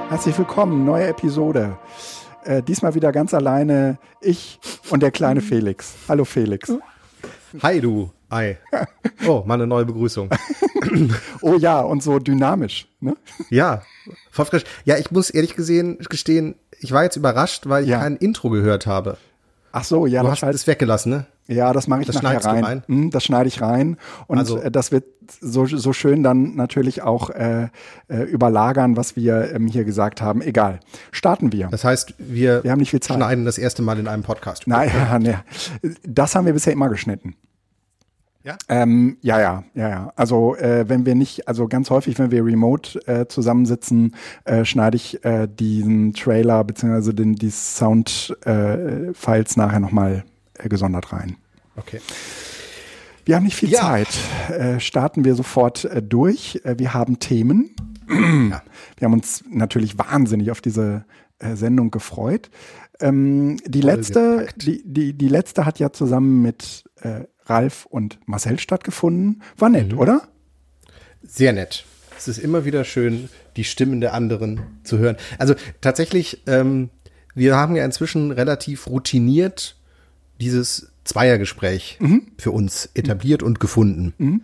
Herzlich willkommen, neue Episode. Diesmal wieder ganz alleine ich und der kleine Felix. Hallo Felix. Hi du, hi. Oh, mal eine neue Begrüßung. Oh ja, und so dynamisch, ne? Ja, voll frisch. Ja, ich muss ehrlich gestehen, ich war jetzt überrascht, weil ich kein Intro gehört habe. Ach so, ja. Du hast es weggelassen, ne? Ja, das mache ich nachher rein. Das schneide ich rein. Und also, das wird so schön dann natürlich auch überlagern, was wir hier gesagt haben. Egal. Starten wir. Das heißt, wir haben nicht viel Zeit. Schneiden das erste Mal in einem Podcast. Nein, das haben wir bisher immer geschnitten. Ja? Ja. Also wenn wir nicht, also ganz häufig, wenn wir remote zusammensitzen, schneide ich diesen Trailer beziehungsweise die Sound-Files nachher nochmal gesondert rein. Okay. Wir haben nicht viel Zeit. Starten wir sofort durch. Wir haben Themen. Ja. Wir haben uns natürlich wahnsinnig auf diese Sendung gefreut. Die letzte hat ja zusammen mit Ralf und Marcel stattgefunden. War nett, oder? Sehr nett. Es ist immer wieder schön, die Stimmen der anderen zu hören. Also tatsächlich, wir haben ja inzwischen relativ routiniert dieses Zweiergespräch für uns etabliert und gefunden.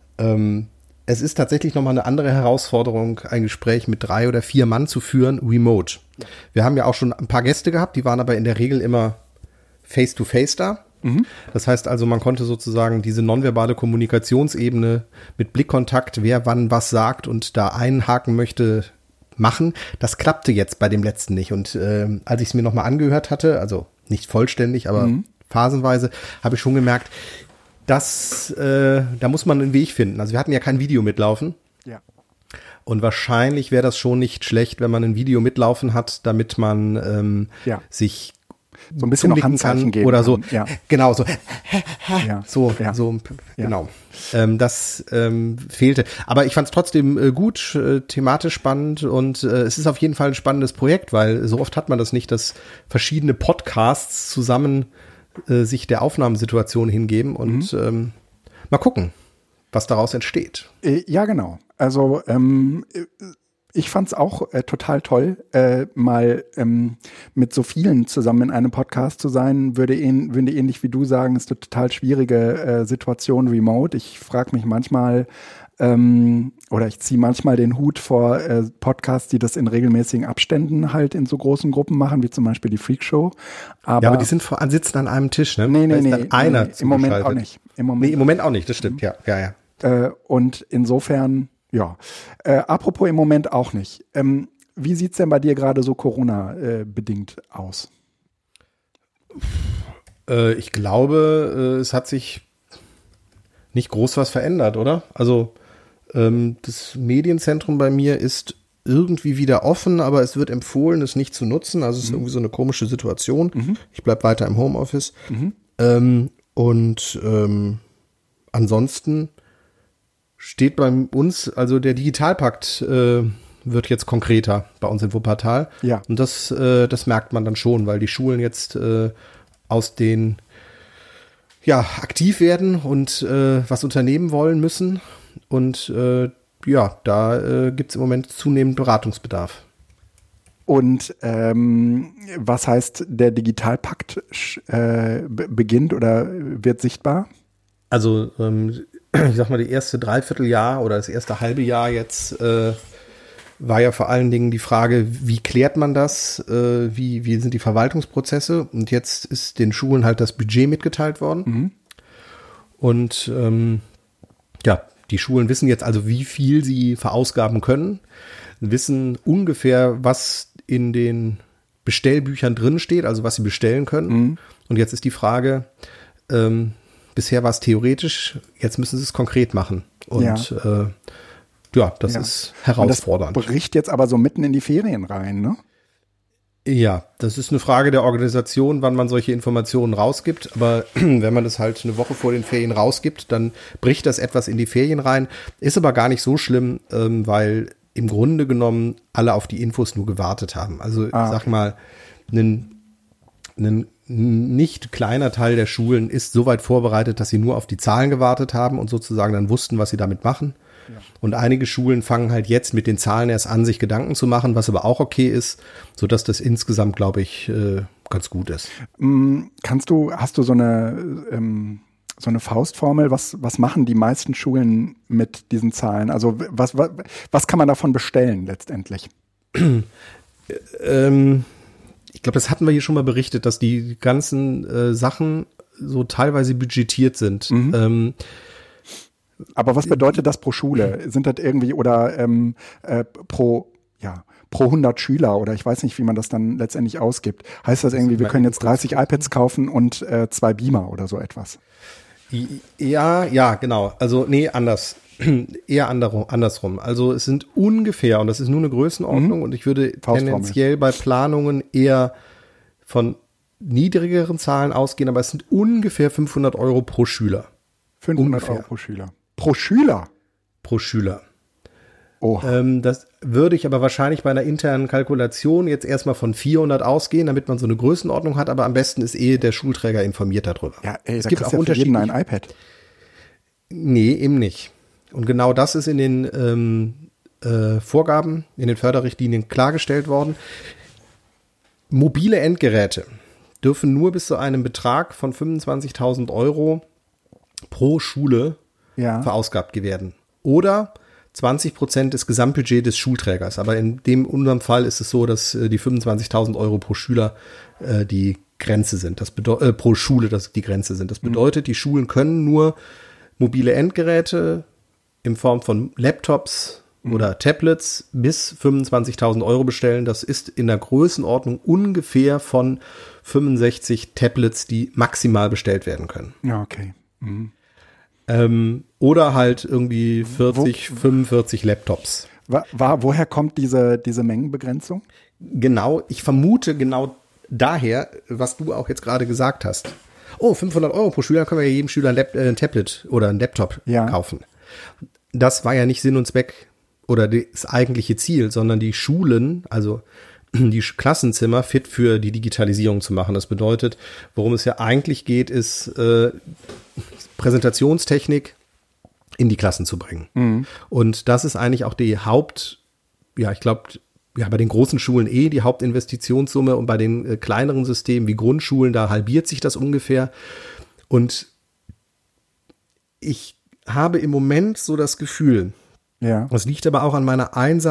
Es ist tatsächlich nochmal eine andere Herausforderung, ein Gespräch mit 3 oder 4 Mann zu führen, remote. Ja. Wir haben ja auch schon ein paar Gäste gehabt, die waren aber in der Regel immer face-to-face da. Das heißt also, man konnte sozusagen diese nonverbale Kommunikationsebene mit Blickkontakt, wer wann was sagt und da einhaken möchte, machen. Das klappte jetzt bei dem letzten nicht. Und als ich es mir nochmal angehört hatte, also nicht vollständig, aber phasenweise, habe ich schon gemerkt, dass da muss man einen Weg finden. Also wir hatten ja kein Video mitlaufen. Ja. Und wahrscheinlich wäre das schon nicht schlecht, wenn man ein Video mitlaufen hat, damit man sich so ein bisschen noch Handzeichen geben oder so. Kann. Ja. Genau, so. Ja. Genau. Das fehlte. Aber ich fand es trotzdem gut, thematisch spannend und es ist auf jeden Fall ein spannendes Projekt, weil so oft hat man das nicht, dass verschiedene Podcasts zusammen sich der Aufnahmesituation hingeben und mal gucken, was daraus entsteht. Ja, genau. Also ich fand's auch total toll, mal mit so vielen zusammen in einem Podcast zu sein. Würde ähnlich wie du sagen, ist eine total schwierige Situation remote. Ich frage mich manchmal oder ich ziehe manchmal den Hut vor Podcasts, die das in regelmäßigen Abständen halt in so großen Gruppen machen, wie zum Beispiel die Freakshow. Aber die sitzen an einem Tisch, ne? Nee, Im Moment auch nicht. Im Moment auch nicht, das stimmt, ja. Und insofern, apropos im Moment auch nicht. Wie sieht's denn bei dir gerade so Corona-bedingt aus? Ich glaube, es hat sich nicht groß was verändert, oder? Also das Medienzentrum bei mir ist irgendwie wieder offen, aber es wird empfohlen, es nicht zu nutzen. Also es ist irgendwie so eine komische Situation. Ich bleibe weiter im Homeoffice. Ansonsten steht bei uns, also der Digitalpakt wird jetzt konkreter bei uns in Wuppertal. Ja. Und das merkt man dann schon, weil die Schulen jetzt aus den aktiv werden und was unternehmen wollen müssen. Und da gibt es im Moment zunehmend Beratungsbedarf. Und was heißt, der Digitalpakt beginnt oder wird sichtbar? Also ich sag mal, die erste Dreivierteljahr oder das erste halbe Jahr jetzt war ja vor allen Dingen die Frage, wie klärt man das, wie sind die Verwaltungsprozesse? Und jetzt ist den Schulen halt das Budget mitgeteilt worden. Und die Schulen wissen jetzt also, wie viel sie verausgaben können, wissen ungefähr, was in den Bestellbüchern drin steht, also was sie bestellen können. Und jetzt ist die Frage, bisher war es theoretisch, jetzt müssen sie es konkret machen. Und das ist herausfordernd. Und das bricht jetzt aber so mitten in die Ferien rein, ne? Ja, das ist eine Frage der Organisation, wann man solche Informationen rausgibt. Aber wenn man das halt eine Woche vor den Ferien rausgibt, dann bricht das etwas in die Ferien rein. Ist aber gar nicht so schlimm, weil im Grunde genommen alle auf die Infos nur gewartet haben. Also sag mal, ein nicht kleiner Teil der Schulen ist so weit vorbereitet, dass sie nur auf die Zahlen gewartet haben und sozusagen dann wussten, was sie damit machen. Ja. Und einige Schulen fangen halt jetzt mit den Zahlen erst an, sich Gedanken zu machen, was aber auch okay ist, sodass das insgesamt, glaube ich, ganz gut ist. Hast du so eine Faustformel? Was machen die meisten Schulen mit diesen Zahlen? Also was kann man davon bestellen letztendlich? Ich glaube, das hatten wir hier schon mal berichtet, dass die ganzen Sachen so teilweise budgetiert sind. Aber was bedeutet das pro Schule? Sind das irgendwie oder pro 100 Schüler oder ich weiß nicht, wie man das dann letztendlich ausgibt. Heißt das irgendwie, wir können jetzt 30 iPads kaufen und 2 Beamer oder so etwas? Ja, genau. Also nee, anders. Eher andersrum. Also es sind ungefähr, und das ist nur eine Größenordnung, und ich würde tendenziell bei Planungen eher von niedrigeren Zahlen ausgehen, aber es sind ungefähr 500 € pro Schüler. 500 € pro Schüler. Pro Schüler? Pro Schüler. Oh. Das würde ich aber wahrscheinlich bei einer internen Kalkulation jetzt erstmal von 400 ausgehen, damit man so eine Größenordnung hat, aber am besten ist der Schulträger informiert darüber. Ja, es gibt auch unterschiedlich ein iPad. Nee, eben nicht. Und genau das ist in den Vorgaben, in den Förderrichtlinien klargestellt worden. Mobile Endgeräte dürfen nur bis zu einem Betrag von 25.000 € pro Schule verausgabt werden. Oder 20% des Gesamtbudgets des Schulträgers. Aber in unserem Fall ist es so, dass die 25.000 € pro Schüler die Grenze sind. Pro Schule die Grenze sind. Das bedeutet, die Schulen können nur mobile Endgeräte in Form von Laptops oder Tablets bis 25.000 € bestellen. Das ist in der Größenordnung ungefähr von 65 Tablets, die maximal bestellt werden können. Ja, okay. Mhm. Oder halt irgendwie 45 Laptops. Woher kommt diese Mengenbegrenzung? Genau, ich vermute genau daher, was du auch jetzt gerade gesagt hast. Oh, 500 € pro Schüler, können wir ja jedem Schüler ein Tablet oder ein Laptop kaufen. Das war ja nicht Sinn und Zweck oder das eigentliche Ziel, sondern die Schulen, also die Klassenzimmer fit für die Digitalisierung zu machen. Das bedeutet, worum es ja eigentlich geht, ist Präsentationstechnik in die Klassen zu bringen. Mhm. Und das ist eigentlich auch die ich glaube, bei den großen Schulen die Hauptinvestitionssumme, und bei den kleineren Systemen wie Grundschulen, da halbiert sich das ungefähr. Und ich habe im Moment so das Gefühl, das liegt aber auch an meiner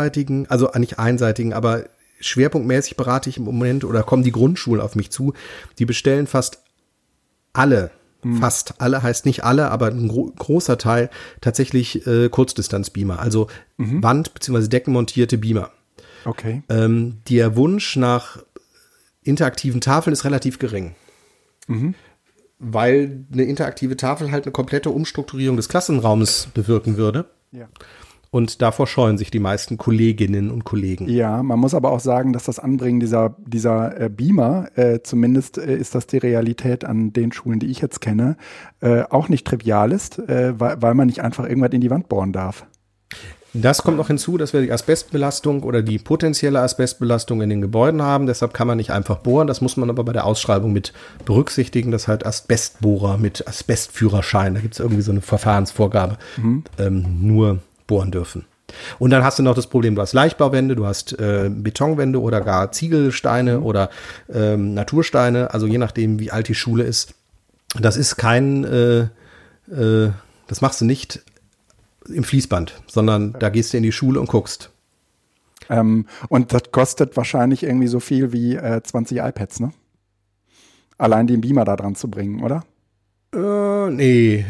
aber schwerpunktmäßig berate ich im Moment oder kommen die Grundschulen auf mich zu, die bestellen fast alle heißt nicht alle, aber ein großer Teil tatsächlich Kurzdistanzbeamer, also Wand- bzw. deckenmontierte Beamer. Okay. Der Wunsch nach interaktiven Tafeln ist relativ gering. Weil eine interaktive Tafel halt eine komplette Umstrukturierung des Klassenraumes bewirken würde. Ja. Und davor scheuen sich die meisten Kolleginnen und Kollegen. Ja, man muss aber auch sagen, dass das Anbringen dieser Beamer, zumindest ist das die Realität an den Schulen, die ich jetzt kenne, auch nicht trivial ist, weil man nicht einfach irgendwas in die Wand bohren darf. Das kommt noch hinzu, dass wir die Asbestbelastung oder die potenzielle Asbestbelastung in den Gebäuden haben. Deshalb kann man nicht einfach bohren. Das muss man aber bei der Ausschreibung mit berücksichtigen, dass halt Asbestbohrer mit Asbestführerschein, da gibt es irgendwie so eine Verfahrensvorgabe, nur bohren dürfen. Und dann hast du noch das Problem, du hast Leichtbauwände, du hast Betonwände oder gar Ziegelsteine oder Natursteine, also je nachdem, wie alt die Schule ist. Das ist das machst du nicht im Fließband, sondern da gehst du in die Schule und guckst. Und das kostet wahrscheinlich irgendwie so viel wie 20 iPads, ne? Allein den Beamer da dran zu bringen, oder? Nee.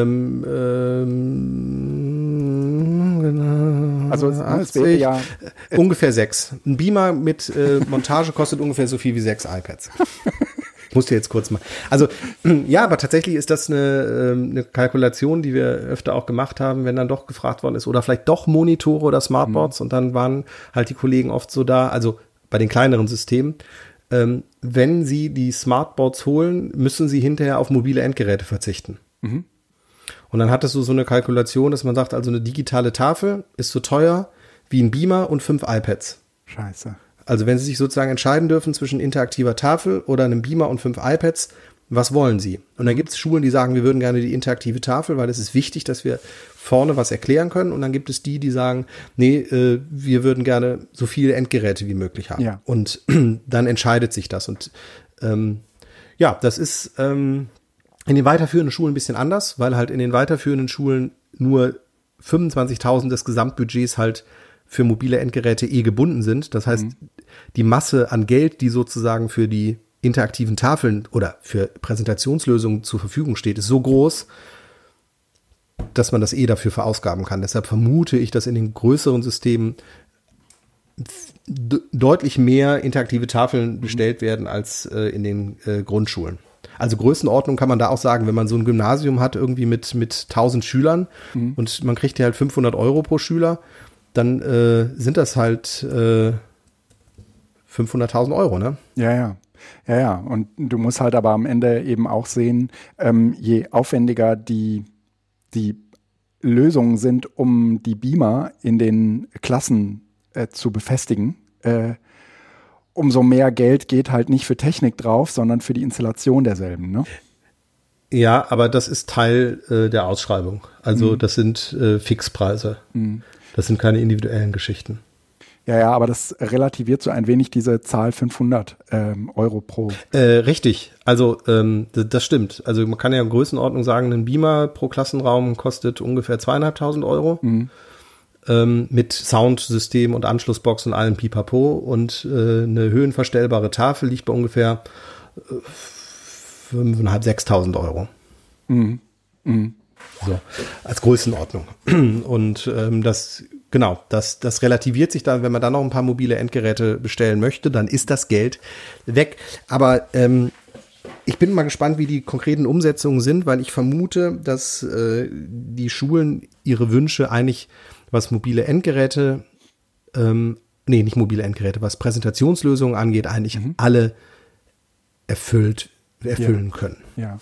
Genau. Also es wäre ja ungefähr 6. Ein Beamer mit Montage kostet ungefähr so viel wie 6 iPads. Ich musste jetzt kurz mal. Also ja, aber tatsächlich ist das eine Kalkulation, die wir öfter auch gemacht haben, wenn dann doch gefragt worden ist, oder vielleicht doch Monitore oder Smartboards, und dann waren halt die Kollegen oft so da, also bei den kleineren Systemen, wenn sie die Smartboards holen, müssen sie hinterher auf mobile Endgeräte verzichten. Und dann hattest du so eine Kalkulation, dass man sagt, also eine digitale Tafel ist so teuer wie ein Beamer und 5 iPads. Scheiße. Also wenn sie sich sozusagen entscheiden dürfen zwischen interaktiver Tafel oder einem Beamer und 5 iPads, was wollen Sie? Und dann gibt es Schulen, die sagen, wir würden gerne die interaktive Tafel, weil es ist wichtig, dass wir vorne was erklären können. Und dann gibt es die sagen, nee, wir würden gerne so viele Endgeräte wie möglich haben. Ja. Und dann entscheidet sich das. Und das ist in den weiterführenden Schulen ein bisschen anders, weil halt in den weiterführenden Schulen nur 25.000 des Gesamtbudgets halt für mobile Endgeräte gebunden sind. Das heißt, die Masse an Geld, die sozusagen für die interaktiven Tafeln oder für Präsentationslösungen zur Verfügung steht, ist so groß, dass man das dafür verausgaben kann. Deshalb vermute ich, dass in den größeren Systemen deutlich mehr interaktive Tafeln bestellt werden als in den Grundschulen. Also Größenordnung kann man da auch sagen, wenn man so ein Gymnasium hat, irgendwie mit 1000 Schülern und man kriegt ja halt 500 € pro Schüler, dann sind das halt 500.000 €, ne? Ja. Und du musst halt aber am Ende eben auch sehen, je aufwendiger die Lösungen sind, um die Beamer in den Klassen zu befestigen, umso mehr Geld geht halt nicht für Technik drauf, sondern für die Installation derselben, ne? Ja, aber das ist Teil der Ausschreibung. Also das sind Fixpreise. Das sind keine individuellen Geschichten. Ja, aber das relativiert so ein wenig diese Zahl 500 € pro. Richtig, also das stimmt. Also man kann ja in Größenordnung sagen, ein Beamer pro Klassenraum kostet ungefähr 2.500 €. Mit Soundsystem und Anschlussbox und allem Pipapo. Und eine höhenverstellbare Tafel liegt bei ungefähr 5.500, 6.000 €. So, als Größenordnung. Und das relativiert sich dann, wenn man dann noch ein paar mobile Endgeräte bestellen möchte, dann ist das Geld weg. Aber ich bin mal gespannt, wie die konkreten Umsetzungen sind, weil ich vermute, dass die Schulen ihre Wünsche eigentlich, was mobile Endgeräte, nicht mobile Endgeräte, was Präsentationslösungen angeht, eigentlich alle erfüllen können. Ja.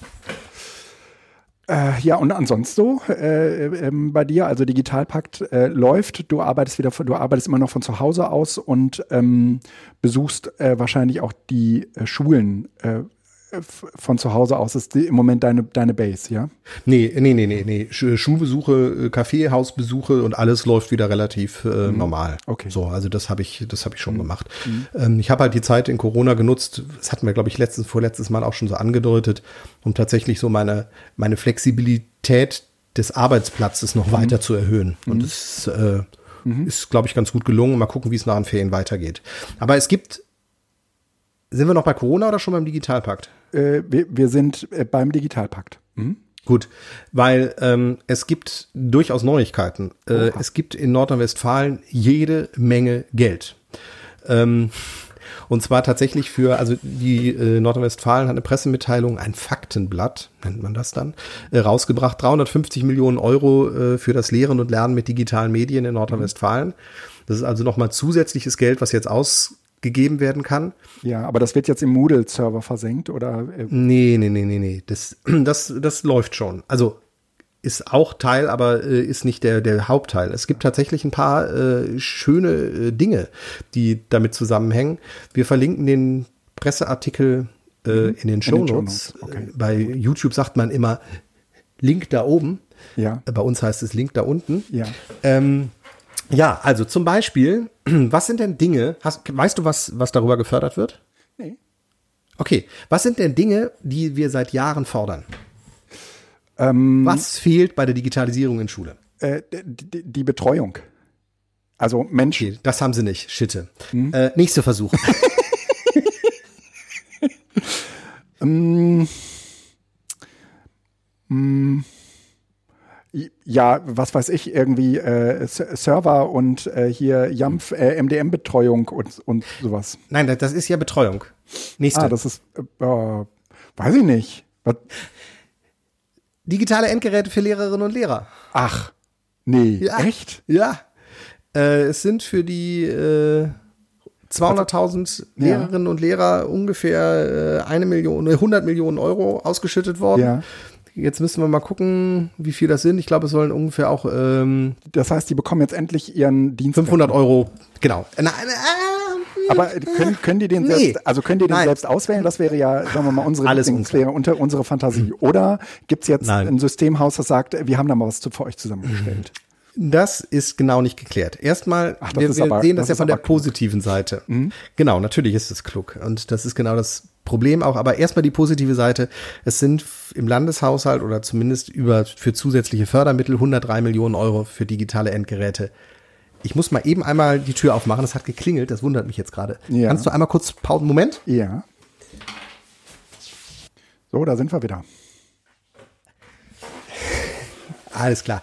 Ja, und ansonsten so bei dir, also Digitalpakt läuft, du arbeitest immer noch von zu Hause aus und besuchst wahrscheinlich auch die Schulen von zu Hause aus. Ist im Moment deine Base, ja? Nee. Schulbesuche, Kaffeehausbesuche und alles läuft wieder relativ normal. Okay. So, also das habe ich schon gemacht. Ich habe halt die Zeit in Corona genutzt, das hatten wir, glaube ich, vorletztes Mal auch schon so angedeutet, um tatsächlich so meine Flexibilität des Arbeitsplatzes noch weiter zu erhöhen. Und das ist, glaube ich, ganz gut gelungen. Mal gucken, wie es nach den Ferien weitergeht. Aber sind wir noch bei Corona oder schon beim Digitalpakt? Wir sind beim Digitalpakt. Gut, weil es gibt durchaus Neuigkeiten. Es gibt in Nordrhein-Westfalen jede Menge Geld. Und zwar tatsächlich die Nordrhein-Westfalen hat eine Pressemitteilung, ein Faktenblatt, nennt man das dann, rausgebracht. 350 Millionen € für das Lehren und Lernen mit digitalen Medien in Nordrhein-Westfalen. Das ist also nochmal zusätzliches Geld, was jetzt ausgegeben werden kann. Ja, aber das wird jetzt im Moodle-Server versenkt, oder? Nee. Das läuft schon. Also ist auch Teil, aber ist nicht der Hauptteil. Es gibt tatsächlich ein paar schöne Dinge, die damit zusammenhängen. Wir verlinken den Presseartikel in den Shownotes. Okay. Bei YouTube sagt man immer Link da oben. Ja. Bei uns heißt es Link da unten. Ja. Ja, also zum Beispiel, was sind denn Dinge, weißt du, was darüber gefördert wird? Nee. Okay, was sind denn Dinge, die wir seit Jahren fordern? Was fehlt bei der Digitalisierung in Schule? Die Betreuung. Also Menschen. Okay, das haben sie nicht, Schitte. Nächster Versuch. Ja, was weiß ich, irgendwie Server und hier YAMF, MDM-Betreuung und sowas. Nein, das ist ja Betreuung. Nächste. Das ist, weiß ich nicht. Was? Digitale Endgeräte für Lehrerinnen und Lehrer. Ach, nee, ja. Echt? Ja. Es sind für die 200.000 Lehrerinnen und Lehrer ungefähr 100 Millionen € ausgeschüttet worden. Ja. Jetzt müssen wir mal gucken, wie viel das sind. Ich glaube, es sollen ungefähr auch das heißt, die bekommen jetzt endlich ihren Dienst. 500 €, genau. Aber können die den selbst, also können die den selbst auswählen? Das wäre ja, sagen wir mal, unsere Fantasie. Oder gibt's jetzt ein Systemhaus, das sagt, wir haben da mal was für euch zusammengestellt? Das ist genau nicht geklärt. Erstmal, wir sehen das ja von der positiven Seite. Genau, natürlich ist es klug. Und das ist genau das Problem auch. Aber erstmal die positive Seite. Es sind im Landeshaushalt oder zumindest für zusätzliche Fördermittel 103 Millionen Euro für digitale Endgeräte. Ich muss mal eben einmal die Tür aufmachen. Das hat geklingelt. Das wundert mich jetzt gerade. Ja. Kannst du einmal kurz pausen? Moment? Ja. So, da sind wir wieder. Alles klar.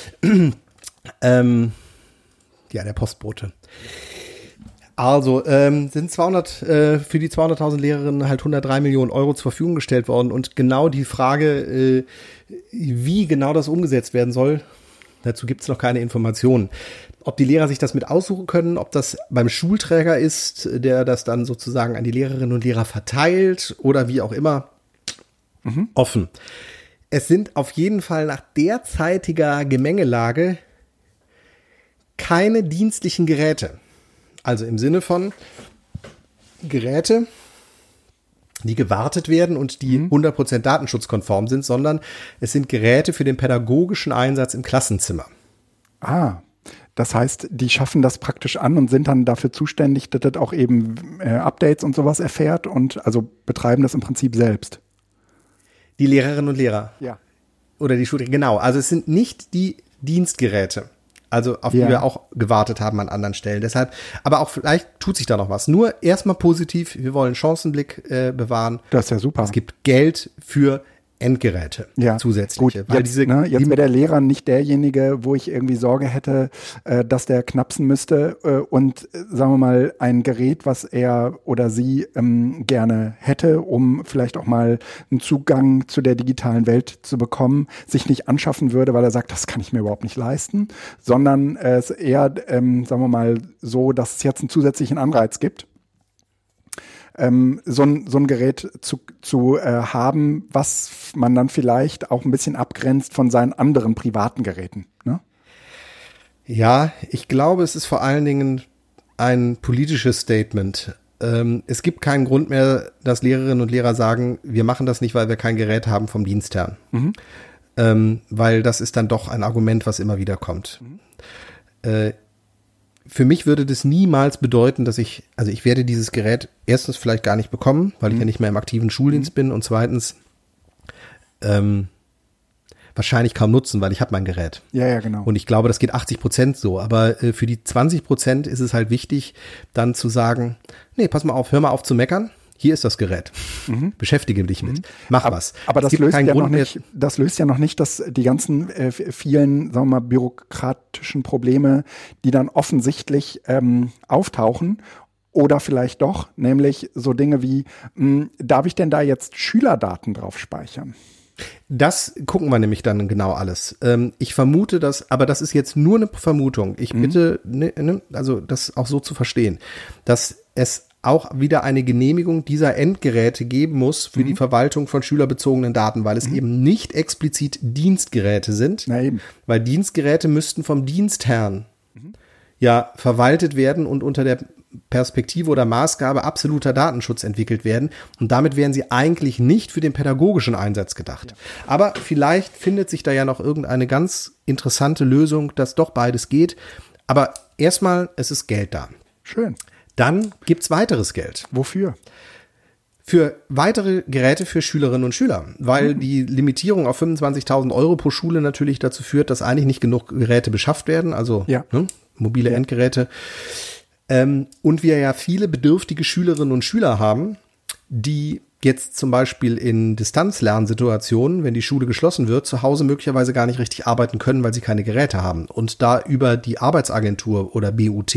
Ja, der Postbote. Also, sind für die 200.000 Lehrerinnen halt 103 Millionen Euro zur Verfügung gestellt worden. Und genau die Frage, wie genau das umgesetzt werden soll, dazu gibt es noch keine Informationen. Ob die Lehrer sich das mit aussuchen können, ob das beim Schulträger ist, der das dann sozusagen an die Lehrerinnen und Lehrer verteilt oder wie auch immer, offen. Es sind auf jeden Fall nach derzeitiger Gemengelage keine dienstlichen Geräte. Also im Sinne von Geräte, die gewartet werden und die 100% datenschutzkonform sind, sondern es sind Geräte für den pädagogischen Einsatz im Klassenzimmer. Das heißt, die schaffen das praktisch an und sind dann dafür zuständig, dass das auch eben Updates und sowas erfährt und also betreiben das im Prinzip selbst. Die Lehrerinnen und Lehrer. Ja. Oder die Schule, genau. Also es sind nicht die Dienstgeräte. Also auf die wir auch gewartet haben an anderen Stellen. Deshalb, aber auch vielleicht tut sich da noch was. Nur erstmal positiv, wir wollen Chancenblick bewahren. Das ist ja super. Es gibt Geld für Endgeräte zusätzliche. Gut, weil jetzt wäre der Lehrer nicht derjenige, wo ich irgendwie Sorge hätte, dass der knapsen müsste und sagen wir mal ein Gerät, was er oder sie gerne hätte, um vielleicht auch mal einen Zugang zu der digitalen Welt zu bekommen, sich nicht anschaffen würde, weil er sagt, das kann ich mir überhaupt nicht leisten, sondern es eher, sagen wir mal so, dass es jetzt einen zusätzlichen Anreiz gibt. So ein Gerät zu haben, was man dann vielleicht auch ein bisschen abgrenzt von seinen anderen privaten Geräten. Ne? Ja, ich glaube, es ist vor allen Dingen ein politisches Statement. Es gibt keinen Grund mehr, dass Lehrerinnen und Lehrer sagen, wir machen das nicht, weil wir kein Gerät haben vom Dienstherrn. Weil das ist dann doch ein Argument, was immer wieder kommt. Für mich würde das niemals bedeuten, dass ich werde dieses Gerät erstens vielleicht gar nicht bekommen, weil ich ja nicht mehr im aktiven Schuldienst bin und zweitens wahrscheinlich kaum nutzen, weil ich habe mein Gerät. Ja, genau. Und ich glaube, das geht 80% so, aber für die 20% ist es halt wichtig, dann zu sagen, nee, pass mal auf, hör mal auf zu meckern. Hier ist das Gerät. Beschäftige dich mit. Mach was. Aber das löst ja noch nicht, dass die ganzen vielen, sagen wir mal, bürokratischen Probleme, die dann offensichtlich auftauchen oder vielleicht doch, nämlich so Dinge wie, darf ich denn da jetzt Schülerdaten drauf speichern? Das gucken wir nämlich dann genau alles. Ich vermute das, aber das ist jetzt nur eine Vermutung. Ich bitte, also das auch so zu verstehen, dass es auch wieder eine Genehmigung dieser Endgeräte geben muss für die Verwaltung von schülerbezogenen Daten, weil es eben nicht explizit Dienstgeräte sind. Na eben. Weil Dienstgeräte müssten vom Dienstherrn ja verwaltet werden und unter der Perspektive oder Maßgabe absoluter Datenschutz entwickelt werden. Und damit wären sie eigentlich nicht für den pädagogischen Einsatz gedacht. Ja. Aber vielleicht findet sich da ja noch irgendeine ganz interessante Lösung, dass doch beides geht. Aber erstmal, es ist Geld da. Schön. Dann gibt's weiteres Geld. Wofür? Für weitere Geräte für Schülerinnen und Schüler, weil die Limitierung auf 25.000 Euro pro Schule natürlich dazu führt, dass eigentlich nicht genug Geräte beschafft werden, also mobile Endgeräte. Und wir ja viele bedürftige Schülerinnen und Schüler haben, die jetzt zum Beispiel in Distanzlernsituationen, wenn die Schule geschlossen wird, zu Hause möglicherweise gar nicht richtig arbeiten können, weil sie keine Geräte haben. Und da über die Arbeitsagentur oder BUT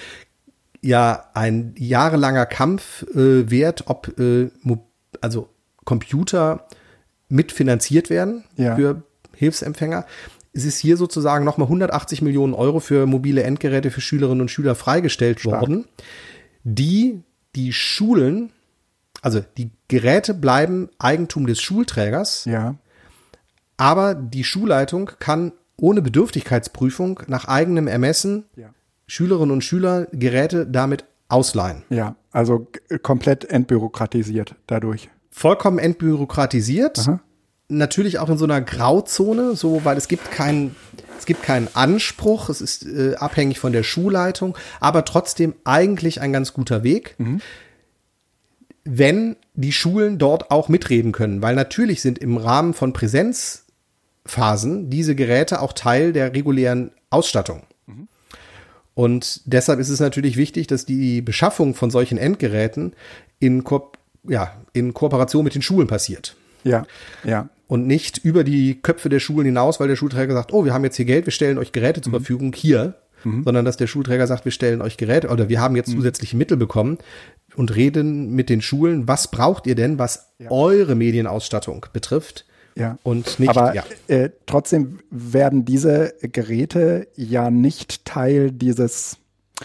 ja ein jahrelanger Kampf währt, ob also Computer mitfinanziert werden für Hilfsempfänger. Es ist hier sozusagen nochmal 180 Millionen Euro für mobile Endgeräte für Schülerinnen und Schüler freigestellt worden, die Schulen, also die Geräte bleiben Eigentum des Schulträgers, aber die Schulleitung kann ohne Bedürftigkeitsprüfung nach eigenem Ermessen Schülerinnen und Schüler Geräte damit ausleihen. Ja, also komplett entbürokratisiert dadurch. Vollkommen entbürokratisiert. Aha. Natürlich auch in so einer Grauzone, so, weil es gibt keinen Anspruch, es ist abhängig von der Schulleitung, aber trotzdem eigentlich ein ganz guter Weg, wenn die Schulen dort auch mitreden können, weil natürlich sind im Rahmen von Präsenzphasen diese Geräte auch Teil der regulären Ausstattung. Und deshalb ist es natürlich wichtig, dass die Beschaffung von solchen Endgeräten in Kooperation mit den Schulen passiert. Ja, ja. Und nicht über die Köpfe der Schulen hinaus, weil der Schulträger sagt, oh, wir haben jetzt hier Geld, wir stellen euch Geräte zur Verfügung hier, sondern dass der Schulträger sagt, wir stellen euch Geräte oder wir haben jetzt zusätzliche Mittel bekommen und reden mit den Schulen, was braucht ihr denn, was eure Medienausstattung betrifft? Ja. Und nicht, aber trotzdem werden diese Geräte ja nicht Teil dieses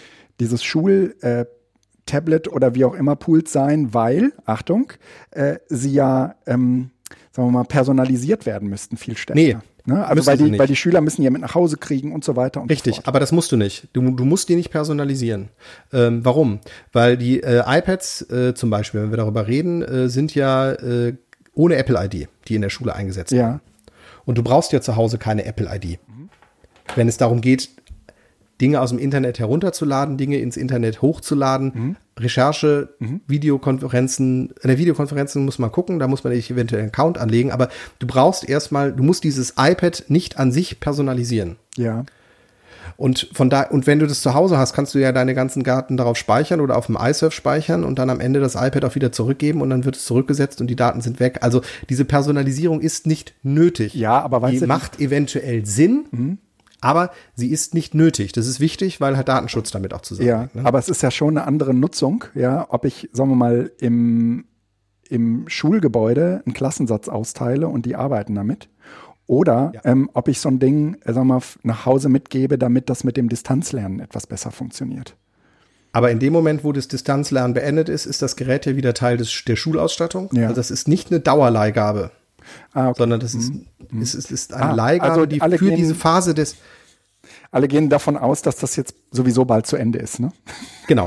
Schul-Tablet oder wie auch immer Pools sein, weil, Achtung, sie ja, sagen wir mal, personalisiert werden müssten viel stärker. Nee, ne? Also weil die Schüler müssen ja mit nach Hause kriegen und so weiter und richtig, so fort. aber das musst du nicht. Du musst die nicht personalisieren. Warum? Weil die iPads zum Beispiel, wenn wir darüber reden, sind ja ohne Apple-ID, die in der Schule eingesetzt werden. Und du brauchst ja zu Hause keine Apple-ID. Wenn es darum geht, Dinge aus dem Internet herunterzuladen, Dinge ins Internet hochzuladen, Recherche, Videokonferenzen. In der Videokonferenzen muss man gucken, da muss man eventuell einen Account anlegen, aber du musst dieses iPad nicht an sich personalisieren. Ja. Und wenn du das zu Hause hast, kannst du ja deine ganzen Daten darauf speichern oder auf dem iSurf speichern und dann am Ende das iPad auch wieder zurückgeben und dann wird es zurückgesetzt und die Daten sind weg. Also diese Personalisierung ist nicht nötig. Ja, aber weißt du, die macht eventuell Sinn, aber sie ist nicht nötig. Das ist wichtig, weil halt Datenschutz damit auch zusammenhängt. Ja, aber es ist ja schon eine andere Nutzung, ja, ob ich, sagen wir mal, im Schulgebäude einen Klassensatz austeile und die arbeiten damit. Oder ob ich so ein Ding, sagen wir mal, nach Hause mitgebe, damit das mit dem Distanzlernen etwas besser funktioniert. Aber in dem Moment, wo das Distanzlernen beendet ist, ist das Gerät ja wieder Teil der Schulausstattung. Ja. Also das ist nicht eine Dauerleihgabe, okay. sondern das ist eine Leihgabe, also die für diese Phase des... Alle gehen davon aus, dass das jetzt sowieso bald zu Ende ist, ne? Genau.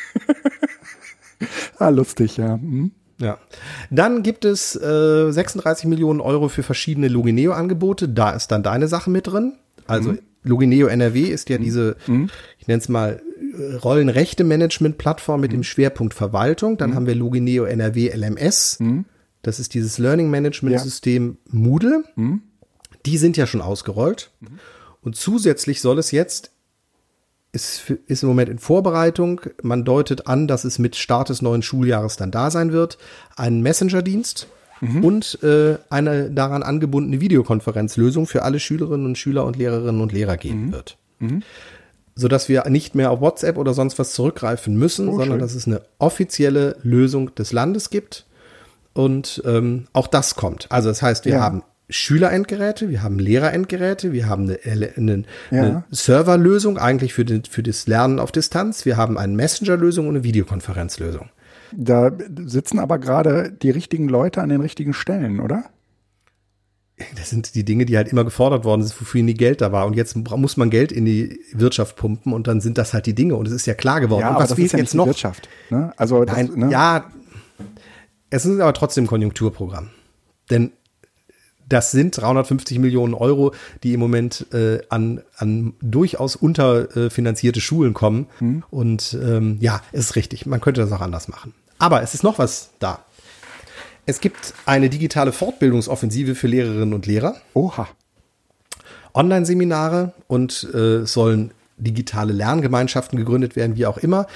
Lustig, ja. Ja. Dann gibt es 36 Millionen Euro für verschiedene Logineo-Angebote. Da ist dann deine Sache mit drin. Also Logineo NRW ist ja diese, ich nenne es mal, Rollenrechte-Management-Plattform mit dem Schwerpunkt Verwaltung. Dann haben wir Logineo NRW LMS. Das ist dieses Learning-Management-System Moodle. Die sind ja schon ausgerollt. Und zusätzlich soll es jetzt, ist im Moment in Vorbereitung, man deutet an, dass es mit Start des neuen Schuljahres dann da sein wird, einen Messenger-Dienst und eine daran angebundene Videokonferenzlösung für alle Schülerinnen und Schüler und Lehrerinnen und Lehrer geben wird. Sodass wir nicht mehr auf WhatsApp oder sonst was zurückgreifen müssen, sondern dass es eine offizielle Lösung des Landes gibt. Und auch das kommt. Also das heißt, wir haben Schülerendgeräte, wir haben Lehrerendgeräte, wir haben eine Serverlösung eigentlich für das Lernen auf Distanz, wir haben eine Messenger-Lösung und eine Videokonferenzlösung. Da sitzen aber gerade die richtigen Leute an den richtigen Stellen, oder? Das sind die Dinge, die halt immer gefordert worden sind, wofür nie Geld da war. Und jetzt muss man Geld in die Wirtschaft pumpen und dann sind das halt die Dinge. Und es ist ja klar geworden. Ja, und aber was das fehlt ist ja jetzt nicht die noch? Wirtschaft. Ne? Also Nein, das, ne? ja, es ist aber trotzdem ein Konjunkturprogramm. Denn das sind 350 Millionen Euro, die im Moment an durchaus unterfinanzierte Schulen kommen. Und es ist richtig, man könnte das auch anders machen. Aber es ist noch was da. Es gibt eine digitale Fortbildungsoffensive für Lehrerinnen und Lehrer. Oha. Online-Seminare und sollen digitale Lerngemeinschaften gegründet werden, wie auch immer.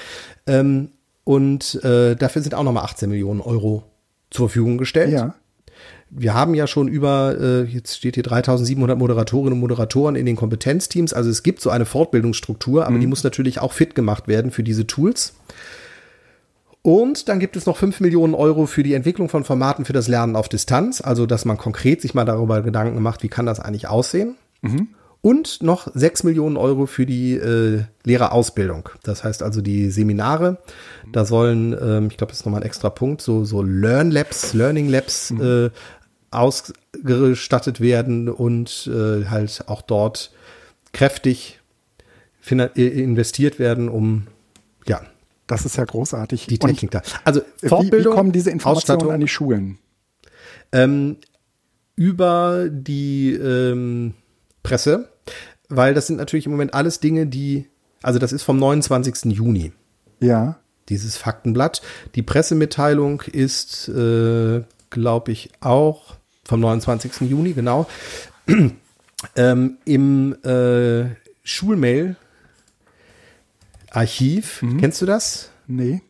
Dafür sind auch nochmal 18 Millionen Euro zur Verfügung gestellt. Ja. Wir haben ja schon jetzt steht hier 3700 Moderatorinnen und Moderatoren in den Kompetenzteams. Also es gibt so eine Fortbildungsstruktur, aber die muss natürlich auch fit gemacht werden für diese Tools. Und dann gibt es noch 5 Millionen Euro für die Entwicklung von Formaten für das Lernen auf Distanz. Also dass man konkret sich mal darüber Gedanken macht, wie kann das eigentlich aussehen. Und noch 6 Millionen Euro für die Lehrerausbildung. Das heißt also die Seminare. Da sollen, ich glaube, das ist nochmal ein extra Punkt, so Learning Labs ausgestattet werden und halt auch dort kräftig investiert werden, um Das ist ja großartig. Die Technik da. Also wie kommen diese Informationen Ausstattung an die Schulen? Über die Presse, weil das sind natürlich im Moment alles Dinge, also das ist vom 29. Juni. Ja. Dieses Faktenblatt. Die Pressemitteilung ist, glaube ich, auch vom 29. Juni, genau. Im Schulmail-Archiv. Kennst du das? Nee.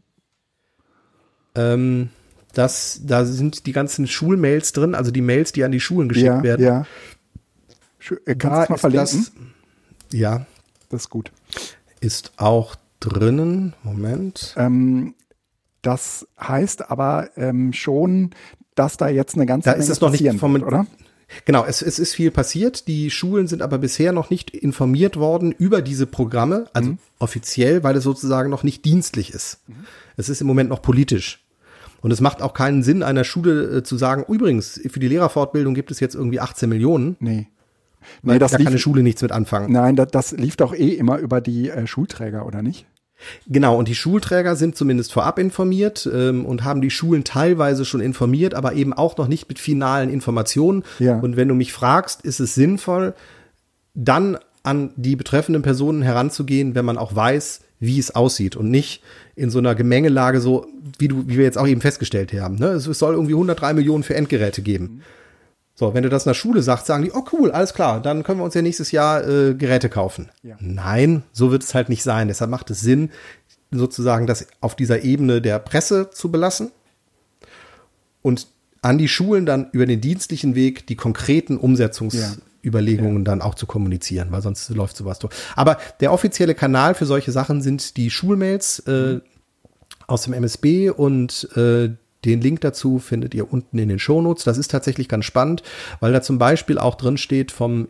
Da sind die ganzen Schulmails drin, also die Mails, die an die Schulen geschickt werden. Ja. Kannst du das mal verlinken? Ja. Das ist gut. Ist auch drinnen. Moment. Das heißt aber schon, dass da jetzt eine ganze Menge passieren wird, oder? Genau, es ist viel passiert. Die Schulen sind aber bisher noch nicht informiert worden über diese Programme, also offiziell, weil es sozusagen noch nicht dienstlich ist. Es ist im Moment noch politisch. Und es macht auch keinen Sinn, einer Schule zu sagen, übrigens, für die Lehrerfortbildung gibt es jetzt irgendwie 18 Millionen. Nee, da kann eine Schule nichts mit anfangen. Nein, das lief doch immer über die Schulträger, oder nicht? Genau, und die Schulträger sind zumindest vorab informiert und haben die Schulen teilweise schon informiert, aber eben auch noch nicht mit finalen Informationen. Ja. Und wenn du mich fragst, ist es sinnvoll, dann an die betreffenden Personen heranzugehen, wenn man auch weiß, wie es aussieht und nicht in so einer Gemengelage, so wie wir jetzt auch eben festgestellt haben. Ne? Es soll irgendwie 103 Millionen für Endgeräte geben. So, wenn du das einer Schule sagst, sagen die, oh cool, alles klar, dann können wir uns ja nächstes Jahr Geräte kaufen. Ja. Nein, so wird es halt nicht sein. Deshalb macht es Sinn, sozusagen das auf dieser Ebene der Presse zu belassen und an die Schulen dann über den dienstlichen Weg die konkreten Umsetzungsüberlegungen dann auch zu kommunizieren, weil sonst läuft sowas durch. Aber der offizielle Kanal für solche Sachen sind die Schulmails aus dem MSB und den Link dazu findet ihr unten in den Shownotes. Das ist tatsächlich ganz spannend, weil da zum Beispiel auch drin steht vom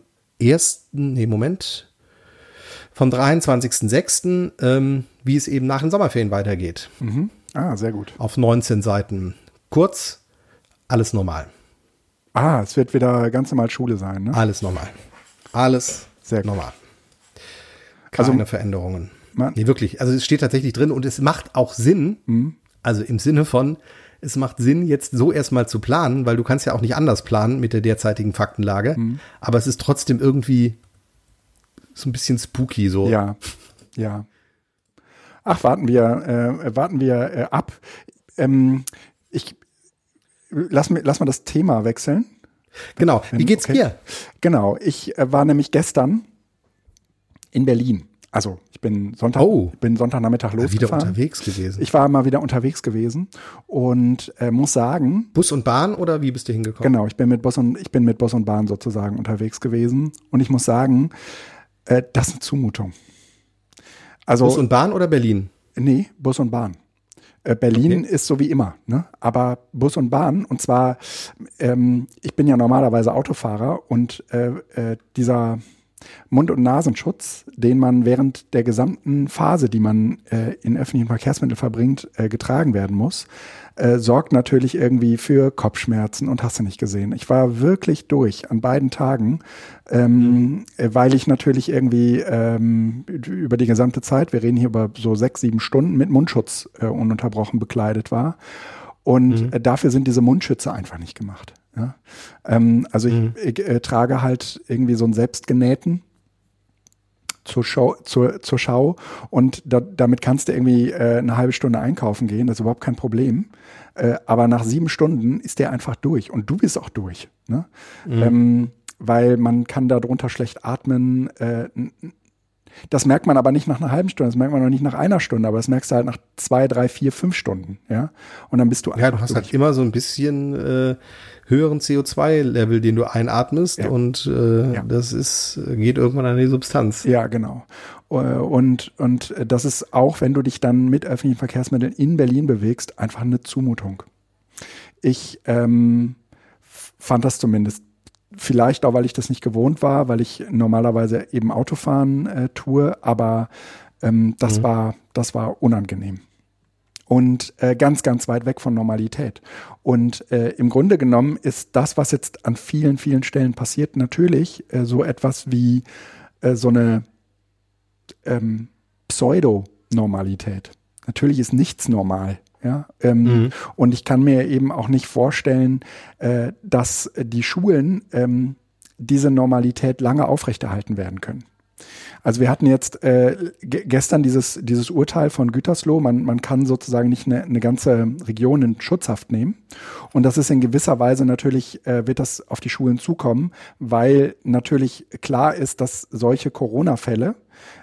23.06., wie es eben nach den Sommerferien weitergeht. Mhm. Ah, sehr gut. Auf 19 Seiten. Kurz, alles normal. Es wird wieder ganz normal Schule sein, ne? Alles normal. Alles sehr normal. Keine Veränderungen. Nee, wirklich. Also es steht tatsächlich drin und es macht auch Sinn, also im Sinne von, es macht Sinn, jetzt so erstmal zu planen, weil du kannst ja auch nicht anders planen mit der derzeitigen Faktenlage. Aber es ist trotzdem irgendwie so ein bisschen spooky so. Ja. Ach, warten wir ab. Lass mal das Thema wechseln. Genau. Wie geht's dir? Genau. Ich war nämlich gestern in Berlin. Also ich bin Sonntagnachmittag losgefahren. Wieder unterwegs gewesen. Ich war mal wieder unterwegs gewesen und muss sagen. Bus und Bahn oder wie bist du hingekommen? Genau, ich bin mit Bus und Bahn sozusagen unterwegs gewesen und ich muss sagen, das ist eine Zumutung. Also, Bus und Bahn oder Berlin? Nee, Bus und Bahn. Berlin ist so wie immer, ne? Aber Bus und Bahn, und zwar, ich bin ja normalerweise Autofahrer und dieser Mund- und Nasenschutz, den man während der gesamten Phase, die man in öffentlichen Verkehrsmitteln verbringt, getragen werden muss, sorgt natürlich irgendwie für Kopfschmerzen und hast du nicht gesehen. Ich war wirklich durch an beiden Tagen, weil ich natürlich irgendwie über die gesamte Zeit, wir reden hier über so 6-7 Stunden mit Mundschutz ununterbrochen bekleidet war. Und dafür sind diese Mundschütze einfach nicht gemacht. Ja? Also ich trage halt irgendwie so einen selbstgenähten zur Schau und damit kannst du irgendwie eine halbe Stunde einkaufen gehen, das ist überhaupt kein Problem. Aber nach 7 Stunden ist der einfach durch und du bist auch durch. Ne? Weil man kann da drunter schlecht atmen. Das merkt man aber nicht nach einer halben Stunde, das merkt man auch nicht nach einer Stunde, aber das merkst du halt nach 2, 3, 4, 5 Stunden, ja. Und dann bist du einfach Ja, du hast halt immer so ein bisschen höheren CO2-Level, den du einatmest und das geht irgendwann an die Substanz. Ja, genau. Und das ist auch, wenn du dich dann mit öffentlichen Verkehrsmitteln in Berlin bewegst, einfach eine Zumutung. Ich fand das zumindest. Vielleicht auch, weil ich das nicht gewohnt war, weil ich normalerweise eben Autofahren tue, aber das war unangenehm. Und ganz, ganz weit weg von Normalität. Und im Grunde genommen ist das, was jetzt an vielen, vielen Stellen passiert, natürlich so etwas wie so eine Pseudo-Normalität. Natürlich ist nichts normal. Ja, und ich kann mir eben auch nicht vorstellen, dass die Schulen diese Normalität lange aufrechterhalten werden können. Also wir hatten jetzt gestern dieses Urteil von Gütersloh, man kann sozusagen nicht eine ganze Region in Schutzhaft nehmen. Und das ist in gewisser Weise natürlich, wird das auf die Schulen zukommen, weil natürlich klar ist, dass solche Corona-Fälle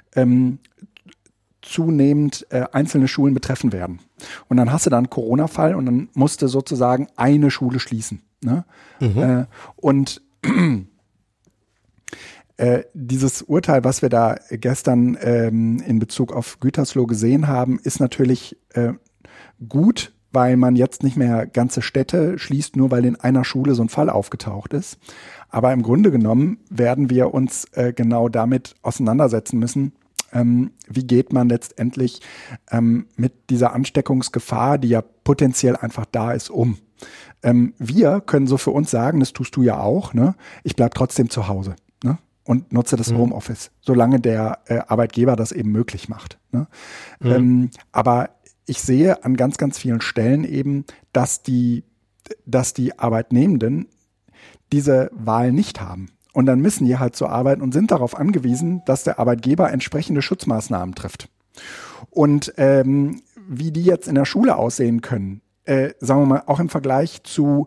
zunehmend einzelne Schulen betreffen werden. Und dann hast du da einen Corona-Fall und dann musste sozusagen eine Schule schließen. Ne? Und dieses Urteil, was wir da gestern in Bezug auf Gütersloh gesehen haben, ist natürlich gut, weil man jetzt nicht mehr ganze Städte schließt, nur weil in einer Schule so ein Fall aufgetaucht ist. Aber im Grunde genommen werden wir uns genau damit auseinandersetzen müssen, wie geht man letztendlich mit dieser Ansteckungsgefahr, die ja potenziell einfach da ist, um. Wir können so für uns sagen, das tust du ja auch, ne? Ich bleib trotzdem zu Hause, ne? Und nutze das Homeoffice, solange der Arbeitgeber das eben möglich macht. Ne? Aber ich sehe an ganz, ganz vielen Stellen eben, dass die Arbeitnehmenden diese Wahl nicht haben. Und dann müssen die halt so arbeiten und sind darauf angewiesen, dass der Arbeitgeber entsprechende Schutzmaßnahmen trifft. Und wie die jetzt in der Schule aussehen können, sagen wir mal, auch im Vergleich zu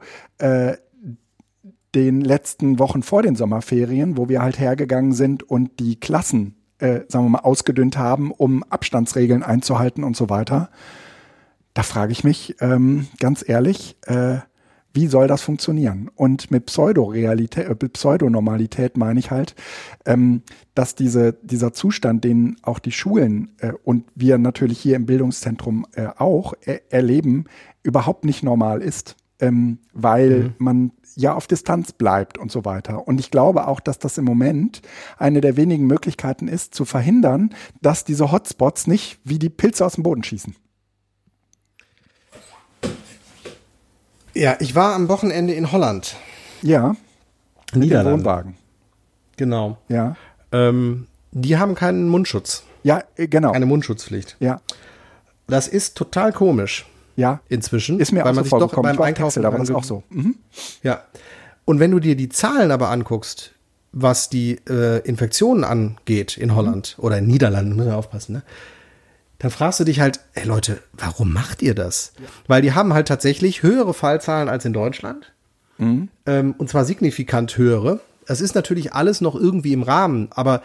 den letzten Wochen vor den Sommerferien, wo wir halt hergegangen sind und die Klassen, sagen wir mal, ausgedünnt haben, um Abstandsregeln einzuhalten und so weiter. Da frage ich mich ganz ehrlich, wie soll das funktionieren? Und mit Pseudonormalität meine ich halt, dass dieser Zustand, den auch die Schulen und wir natürlich hier im Bildungszentrum auch erleben, überhaupt nicht normal ist, weil man ja auf Distanz bleibt und so weiter. Und ich glaube auch, dass das im Moment eine der wenigen Möglichkeiten ist, zu verhindern, dass diese Hotspots nicht wie die Pilze aus dem Boden schießen. Ja, ich war am Wochenende in Holland. Ja, mit dem Niederlande. Wohnwagen. Genau. Ja, Die haben keinen Mundschutz, ja, genau. keine Mundschutzpflicht. Ja, Das ist total komisch ja. inzwischen. Ist mir weil auch man so sich doch vorgekommen. beim Ich war auf Einkaufen Texel, da war das auch so. Ja. Und wenn du dir die Zahlen aber anguckst, was die Infektionen angeht in Holland oder in Niederlanden, muss man aufpassen, ne? Dann fragst du dich halt, ey Leute, warum macht ihr das? Ja. Weil die haben halt tatsächlich höhere Fallzahlen als in Deutschland. Und zwar signifikant höhere. Es ist natürlich alles noch irgendwie im Rahmen, aber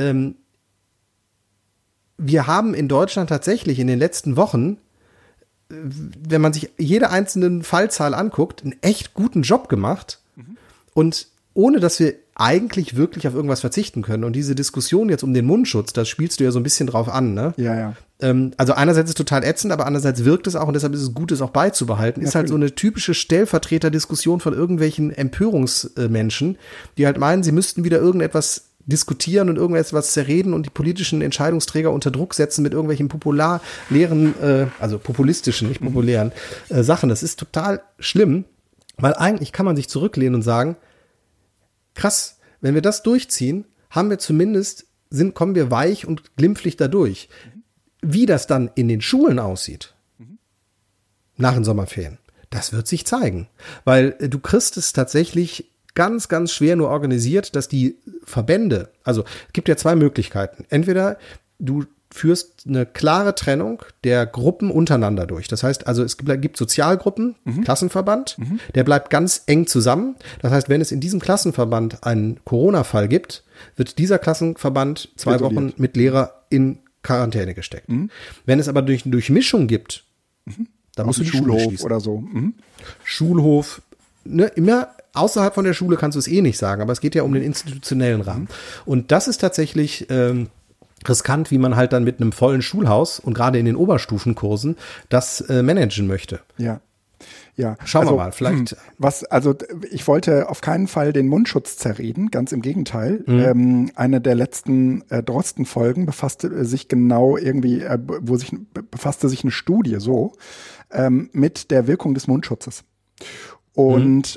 wir haben in Deutschland tatsächlich in den letzten Wochen, wenn man sich jede einzelne Fallzahl anguckt, einen echt guten Job gemacht. Und ohne dass wir eigentlich wirklich auf irgendwas verzichten können. Und diese Diskussion jetzt um den Mundschutz, das spielst du ja so ein bisschen drauf an, ne? Ja, ja. Also einerseits ist es total ätzend, aber andererseits wirkt es auch und deshalb ist es gut, es auch beizubehalten. Ist halt so eine typische Stellvertreterdiskussion von irgendwelchen Empörungsmenschen, die halt meinen, sie müssten wieder irgendetwas diskutieren und irgendetwas zerreden und die politischen Entscheidungsträger unter Druck setzen mit irgendwelchen also populistischen, nicht populären Sachen. Das ist total schlimm, weil eigentlich kann man sich zurücklehnen und sagen, krass, wenn wir das durchziehen, kommen wir weich und glimpflich dadurch. Wie das dann in den Schulen aussieht, nach den Sommerferien, das wird sich zeigen. Weil du kriegst es tatsächlich ganz, ganz schwer nur organisiert, dass die Verbände, also es gibt ja zwei Möglichkeiten. Entweder du führst eine klare Trennung der Gruppen untereinander durch. Das heißt also, es gibt Sozialgruppen, Klassenverband, der bleibt ganz eng zusammen. Das heißt, wenn es in diesem Klassenverband einen Corona-Fall gibt, wird dieser Klassenverband 2 Wochen mit Lehrer in Quarantäne gesteckt. Wenn es aber durch Durchmischung gibt, dann musst du die Schule schließen. Oder so. Schulhof, ne, immer außerhalb von der Schule kannst du es eh nicht sagen, aber es geht ja um den institutionellen Rahmen. Und das ist tatsächlich riskant, wie man halt dann mit einem vollen Schulhaus und gerade in den Oberstufenkursen das managen möchte. Ja. Ja, schauen wir mal, vielleicht. Ich wollte auf keinen Fall den Mundschutz zerreden, ganz im Gegenteil. Eine der letzten Drosten-Folgen befasste sich eine Studie mit der Wirkung des Mundschutzes. Und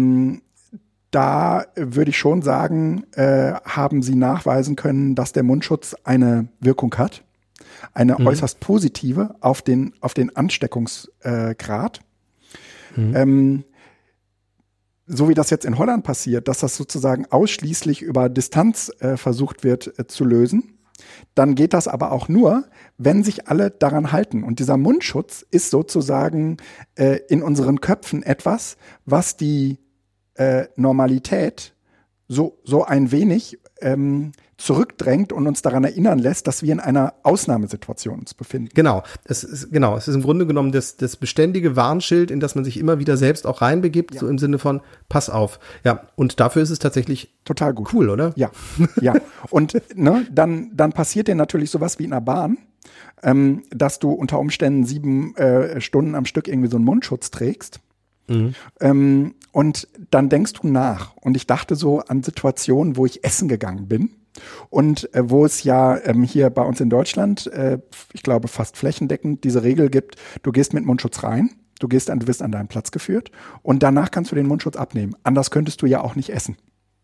da würde ich schon sagen, haben sie nachweisen können, dass der Mundschutz eine Wirkung hat. eine äußerst positive auf den Ansteckungsgrad. So wie das jetzt in Holland passiert, dass das sozusagen ausschließlich über Distanz versucht wird zu lösen, dann geht das aber auch nur, wenn sich alle daran halten. Und dieser Mundschutz ist sozusagen in unseren Köpfen etwas, was die Normalität so ein wenig zurückdrängt und uns daran erinnern lässt, dass wir in einer Ausnahmesituation uns befinden. Genau. Es ist im Grunde genommen das beständige Warnschild, in das man sich immer wieder selbst auch reinbegibt, so im Sinne von, pass auf. Ja, und dafür ist es tatsächlich total gut. Cool, oder? Ja, ja. Und dann passiert dir natürlich sowas wie in der Bahn, dass du unter Umständen 7 Stunden am Stück irgendwie so einen Mundschutz trägst. Und dann denkst du nach. Und ich dachte so an Situationen, wo ich essen gegangen bin und wo es ja hier bei uns in Deutschland, ich glaube fast flächendeckend, diese Regel gibt, du gehst mit Mundschutz rein, du wirst an deinen Platz geführt und danach kannst du den Mundschutz abnehmen. Anders könntest du ja auch nicht essen.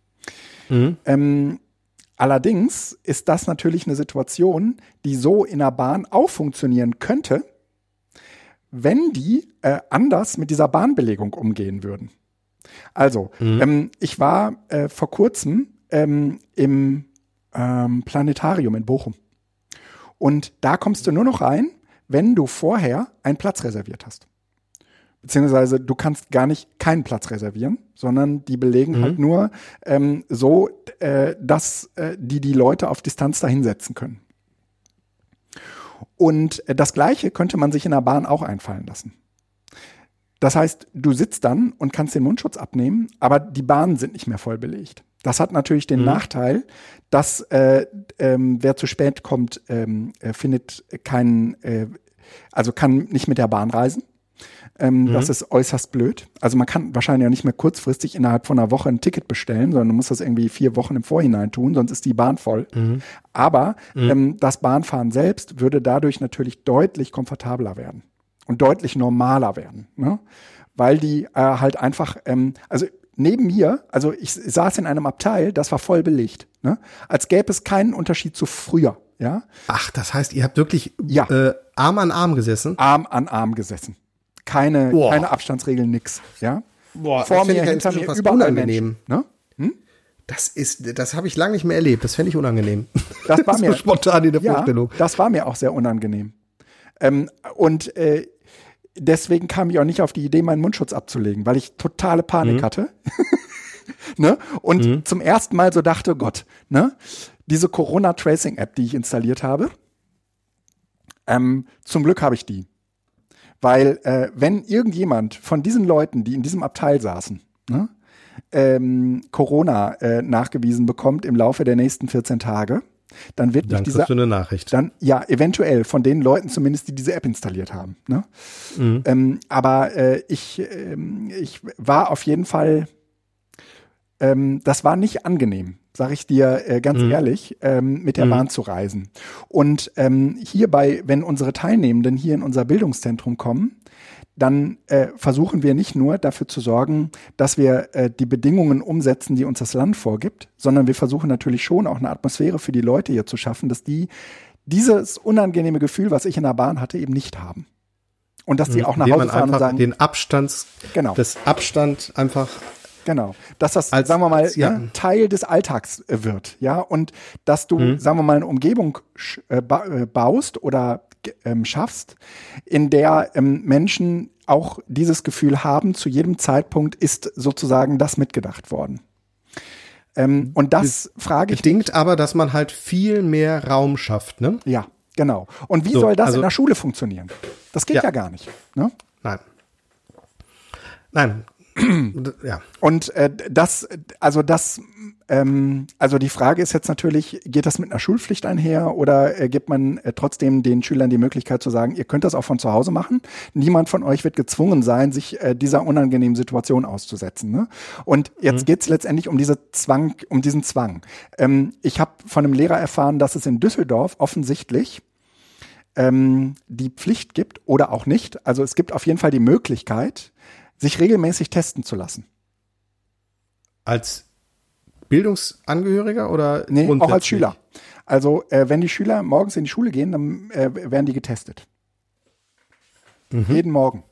Allerdings ist das natürlich eine Situation, die so in der Bahn auch funktionieren könnte, wenn die anders mit dieser Bahnbelegung umgehen würden. Also, ich war vor kurzem im Planetarium in Bochum. Und da kommst du nur noch rein, wenn du vorher einen Platz reserviert hast. Beziehungsweise du kannst gar nicht keinen Platz reservieren, sondern die belegen halt nur so, dass die Leute auf Distanz da hinsetzen können. Und das Gleiche könnte man sich in der Bahn auch einfallen lassen. Das heißt, du sitzt dann und kannst den Mundschutz abnehmen, aber die Bahnen sind nicht mehr voll belegt. Das hat natürlich den Nachteil, dass wer zu spät kommt, findet keinen, also kann nicht mit der Bahn reisen. Das ist äußerst blöd. Also man kann wahrscheinlich auch nicht mehr kurzfristig innerhalb von einer Woche ein Ticket bestellen, sondern du musst das irgendwie 4 Wochen im Vorhinein tun, sonst ist die Bahn voll. Aber das Bahnfahren selbst würde dadurch natürlich deutlich komfortabler werden und deutlich normaler werden, ne? Weil die halt einfach, also neben mir, also ich saß in einem Abteil, das war voll belegt, ne? Als gäbe es keinen Unterschied zu früher, ja. Ach, das heißt, ihr habt wirklich Arm an Arm gesessen? Arm an Arm gesessen. Keine Abstandsregeln, nix, ja. Boah, vor mir, hinter mir, überall unangenehm. Menschen, ne? Das habe ich lange nicht mehr erlebt. Das fände ich unangenehm. Das war mir so spontan in der Vorstellung. Das war mir auch sehr unangenehm. Und deswegen kam ich auch nicht auf die Idee, meinen Mundschutz abzulegen, weil ich totale Panik hatte. Ne? Und zum ersten Mal so dachte, Gott, ne? Diese Corona-Tracing-App, die ich installiert habe, zum Glück habe ich die. Weil wenn irgendjemand von diesen Leuten, die in diesem Abteil saßen, ne, Corona nachgewiesen bekommt im Laufe der nächsten 14 Tage, dann wird dann kriegst du eine Nachricht. Dann, ja, eventuell von den Leuten zumindest, die diese App installiert haben. Ne? Aber ich war auf jeden Fall, das war nicht angenehm, sage ich dir ganz ehrlich, mit der Bahn zu reisen. Und hierbei, wenn unsere Teilnehmenden hier in unser Bildungszentrum kommen, dann versuchen wir nicht nur dafür zu sorgen, dass wir die Bedingungen umsetzen, die uns das Land vorgibt, sondern wir versuchen natürlich schon auch eine Atmosphäre für die Leute hier zu schaffen, dass die dieses unangenehme Gefühl, was ich in der Bahn hatte, eben nicht haben. Und dass die auch nach Hause fahren und sagen, das Abstand einfach. Genau, dass das, sagen wir mal, Teil des Alltags wird, ja, und dass du, sagen wir mal, eine Umgebung baust oder schaffst, in der Menschen auch dieses Gefühl haben, zu jedem Zeitpunkt ist sozusagen das mitgedacht worden. Und das frage ich. Bedingt aber, dass man halt viel mehr Raum schafft, ne? Ja, genau. Und wie soll das in der Schule funktionieren? Das geht ja gar nicht, ne? Nein. Ja. Und also die Frage ist jetzt natürlich, geht das mit einer Schulpflicht einher oder gibt man trotzdem den Schülern die Möglichkeit zu sagen, ihr könnt das auch von zu Hause machen? Niemand von euch wird gezwungen sein, sich dieser unangenehmen Situation auszusetzen. Ne? Und jetzt geht's letztendlich um diesen Zwang. Ich habe von einem Lehrer erfahren, dass es in Düsseldorf offensichtlich die Pflicht gibt oder auch nicht. Also es gibt auf jeden Fall die Möglichkeit, sich regelmäßig testen zu lassen. Als Bildungsangehöriger oder auch als Schüler. Also wenn die Schüler morgens in die Schule gehen, dann werden die getestet. Jeden Morgen.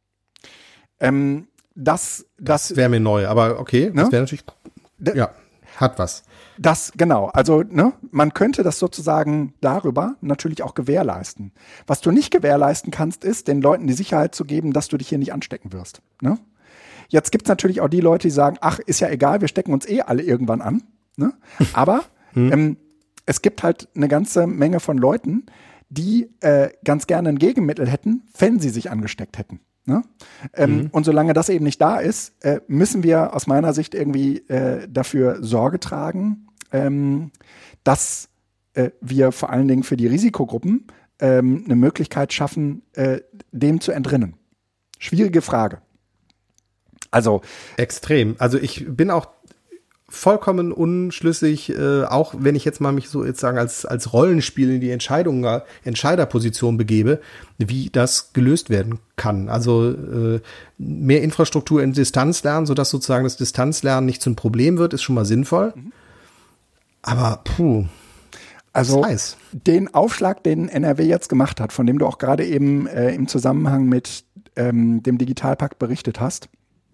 Das wäre mir neu, aber okay, ne? Das wäre natürlich, ja, hat was. Das, genau, also ne, man könnte das sozusagen darüber natürlich auch gewährleisten. Was du nicht gewährleisten kannst, ist, den Leuten die Sicherheit zu geben, dass du dich hier nicht anstecken wirst. Ne? Jetzt gibt's natürlich auch die Leute, die sagen, ach, ist ja egal, wir stecken uns alle irgendwann an. Ne? Aber es gibt halt eine ganze Menge von Leuten, die ganz gerne ein Gegenmittel hätten, wenn sie sich angesteckt hätten. Ne? Und solange das eben nicht da ist, müssen wir aus meiner Sicht irgendwie dafür Sorge tragen, dass wir vor allen Dingen für die Risikogruppen eine Möglichkeit schaffen, dem zu entrinnen. Schwierige Frage. Also extrem. Also ich bin auch vollkommen unschlüssig, auch wenn ich jetzt mal mich so jetzt sagen als Rollenspiel in die Entscheiderposition begebe, wie das gelöst werden kann. Also mehr Infrastruktur in Distanzlernen, sodass sozusagen das Distanzlernen nicht zum Problem wird, ist schon mal sinnvoll. Aber also den Aufschlag, den NRW jetzt gemacht hat, von dem du auch gerade eben im Zusammenhang mit dem Digitalpakt berichtet hast,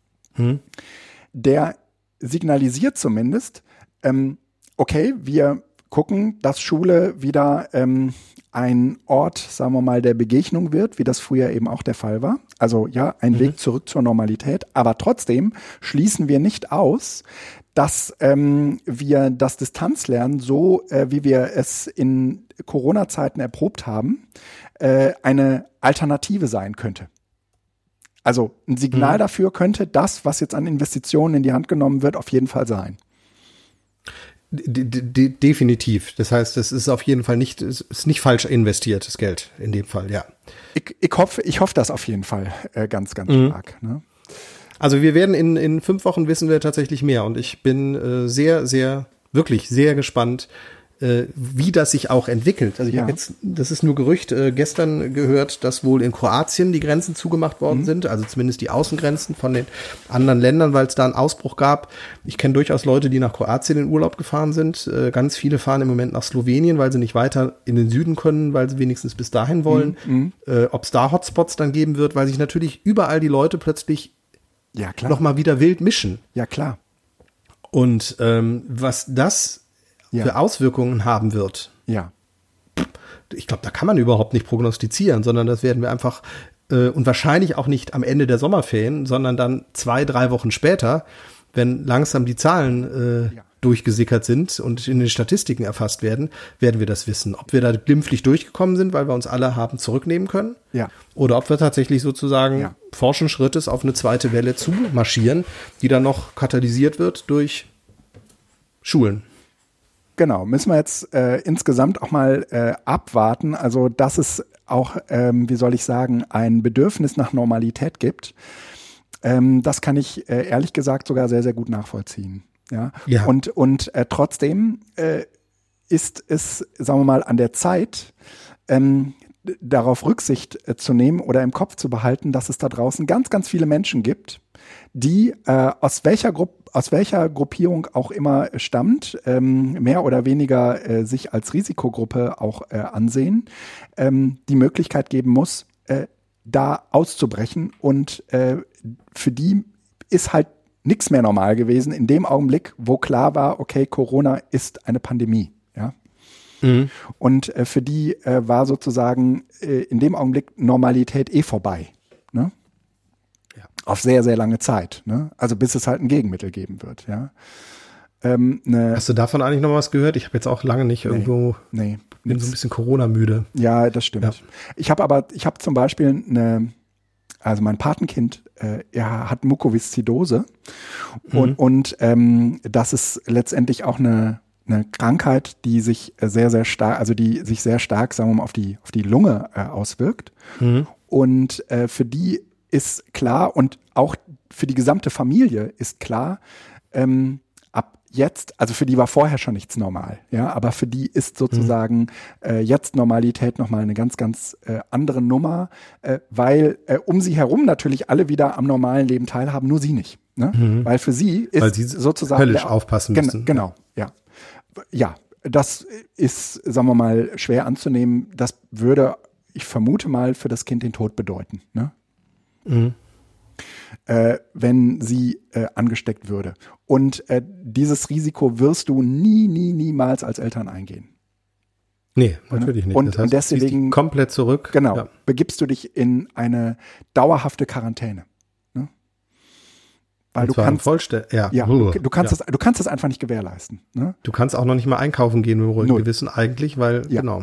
der signalisiert zumindest, okay, wir gucken, dass Schule wieder ein Ort, sagen wir mal, der Begegnung wird, wie das früher eben auch der Fall war. Also ja, ein Weg zurück zur Normalität. Aber trotzdem schließen wir nicht aus, dass wir das Distanzlernen, so wie wir es in Corona-Zeiten erprobt haben, eine Alternative sein könnte. Also ein Signal dafür könnte das, was jetzt an Investitionen in die Hand genommen wird, auf jeden Fall sein. Definitiv. Das heißt, es ist auf jeden Fall nicht falsch investiertes Geld in dem Fall, ja. Ich hoffe das auf jeden Fall ganz, ganz stark. Ne? Also wir werden in 5 Wochen wissen wir tatsächlich mehr und ich bin wirklich sehr gespannt, wie das sich auch entwickelt. Also ich habe jetzt, das ist nur Gerücht, gestern gehört, dass wohl in Kroatien die Grenzen zugemacht worden sind, also zumindest die Außengrenzen von den anderen Ländern, weil es da einen Ausbruch gab. Ich kenne durchaus Leute, die nach Kroatien in Urlaub gefahren sind. Ganz viele fahren im Moment nach Slowenien, weil sie nicht weiter in den Süden können, weil sie wenigstens bis dahin wollen. Ob es da Hotspots dann geben wird, weil sich natürlich überall die Leute plötzlich noch mal wieder wild mischen. Ja, klar. Und was das für Auswirkungen haben wird. Ja. Ich glaube, da kann man überhaupt nicht prognostizieren, sondern das werden wir einfach und wahrscheinlich auch nicht am Ende der Sommerferien, sondern dann 2-3 Wochen später, wenn langsam die Zahlen durchgesickert sind und in den Statistiken erfasst werden, werden wir das wissen. Ob wir da glimpflich durchgekommen sind, weil wir uns alle haben zurücknehmen können, oder ob wir tatsächlich sozusagen forschen Schrittes auf eine zweite Welle zu marschieren, die dann noch katalysiert wird durch Schulen. Genau, müssen wir jetzt insgesamt auch mal abwarten. Also, dass es auch, wie soll ich sagen, ein Bedürfnis nach Normalität gibt, das kann ich ehrlich gesagt sogar sehr, sehr gut nachvollziehen. Ja. Und trotzdem ist es, sagen wir mal, an der Zeit, darauf Rücksicht zu nehmen oder im Kopf zu behalten, dass es da draußen ganz, ganz viele Menschen gibt, die aus welcher Gruppierung auch immer stammt, mehr oder weniger sich als Risikogruppe auch ansehen, die Möglichkeit geben muss, da auszubrechen. Und für die ist halt nichts mehr normal gewesen in dem Augenblick, wo klar war, okay, Corona ist eine Pandemie. Ja. Und für die war sozusagen in dem Augenblick Normalität vorbei. Ne? Auf sehr, sehr lange Zeit. Ne? Also bis es halt ein Gegenmittel geben wird. Ja? Hast du davon eigentlich noch was gehört? Ich habe jetzt auch lange nicht irgendwo, bin so ein bisschen Corona-müde. Ja, das stimmt. Ja. Ich habe zum Beispiel also mein Patenkind, er hat Mukoviszidose und das ist letztendlich auch eine Krankheit, die sich sehr, sehr stark, also die sich sehr stark, sagen wir mal, auf die Lunge auswirkt. Und für die ist klar und auch für die gesamte Familie ist klar, ab jetzt, also für die war vorher schon nichts normal, ja, aber für die ist sozusagen jetzt Normalität nochmal eine ganz, ganz andere Nummer, weil um sie herum natürlich alle wieder am normalen Leben teilhaben, nur sie nicht. Ne? Weil für sie ist weil sie sozusagen höllisch aufpassen müssen. Genau, ja. Ja, das ist, sagen wir mal, schwer anzunehmen. Das würde, ich vermute mal, für das Kind den Tod bedeuten, ne? Wenn sie angesteckt würde. Und dieses Risiko wirst du niemals als Eltern eingehen. Nee, natürlich nicht. Und deswegen komplett zurück. Genau, begibst du dich in eine dauerhafte Quarantäne. Ne? Weil du kannst, du kannst das einfach nicht gewährleisten. Ne? Du kannst auch noch nicht mal einkaufen gehen mit dem ruhigen Gewissen eigentlich, weil, genau.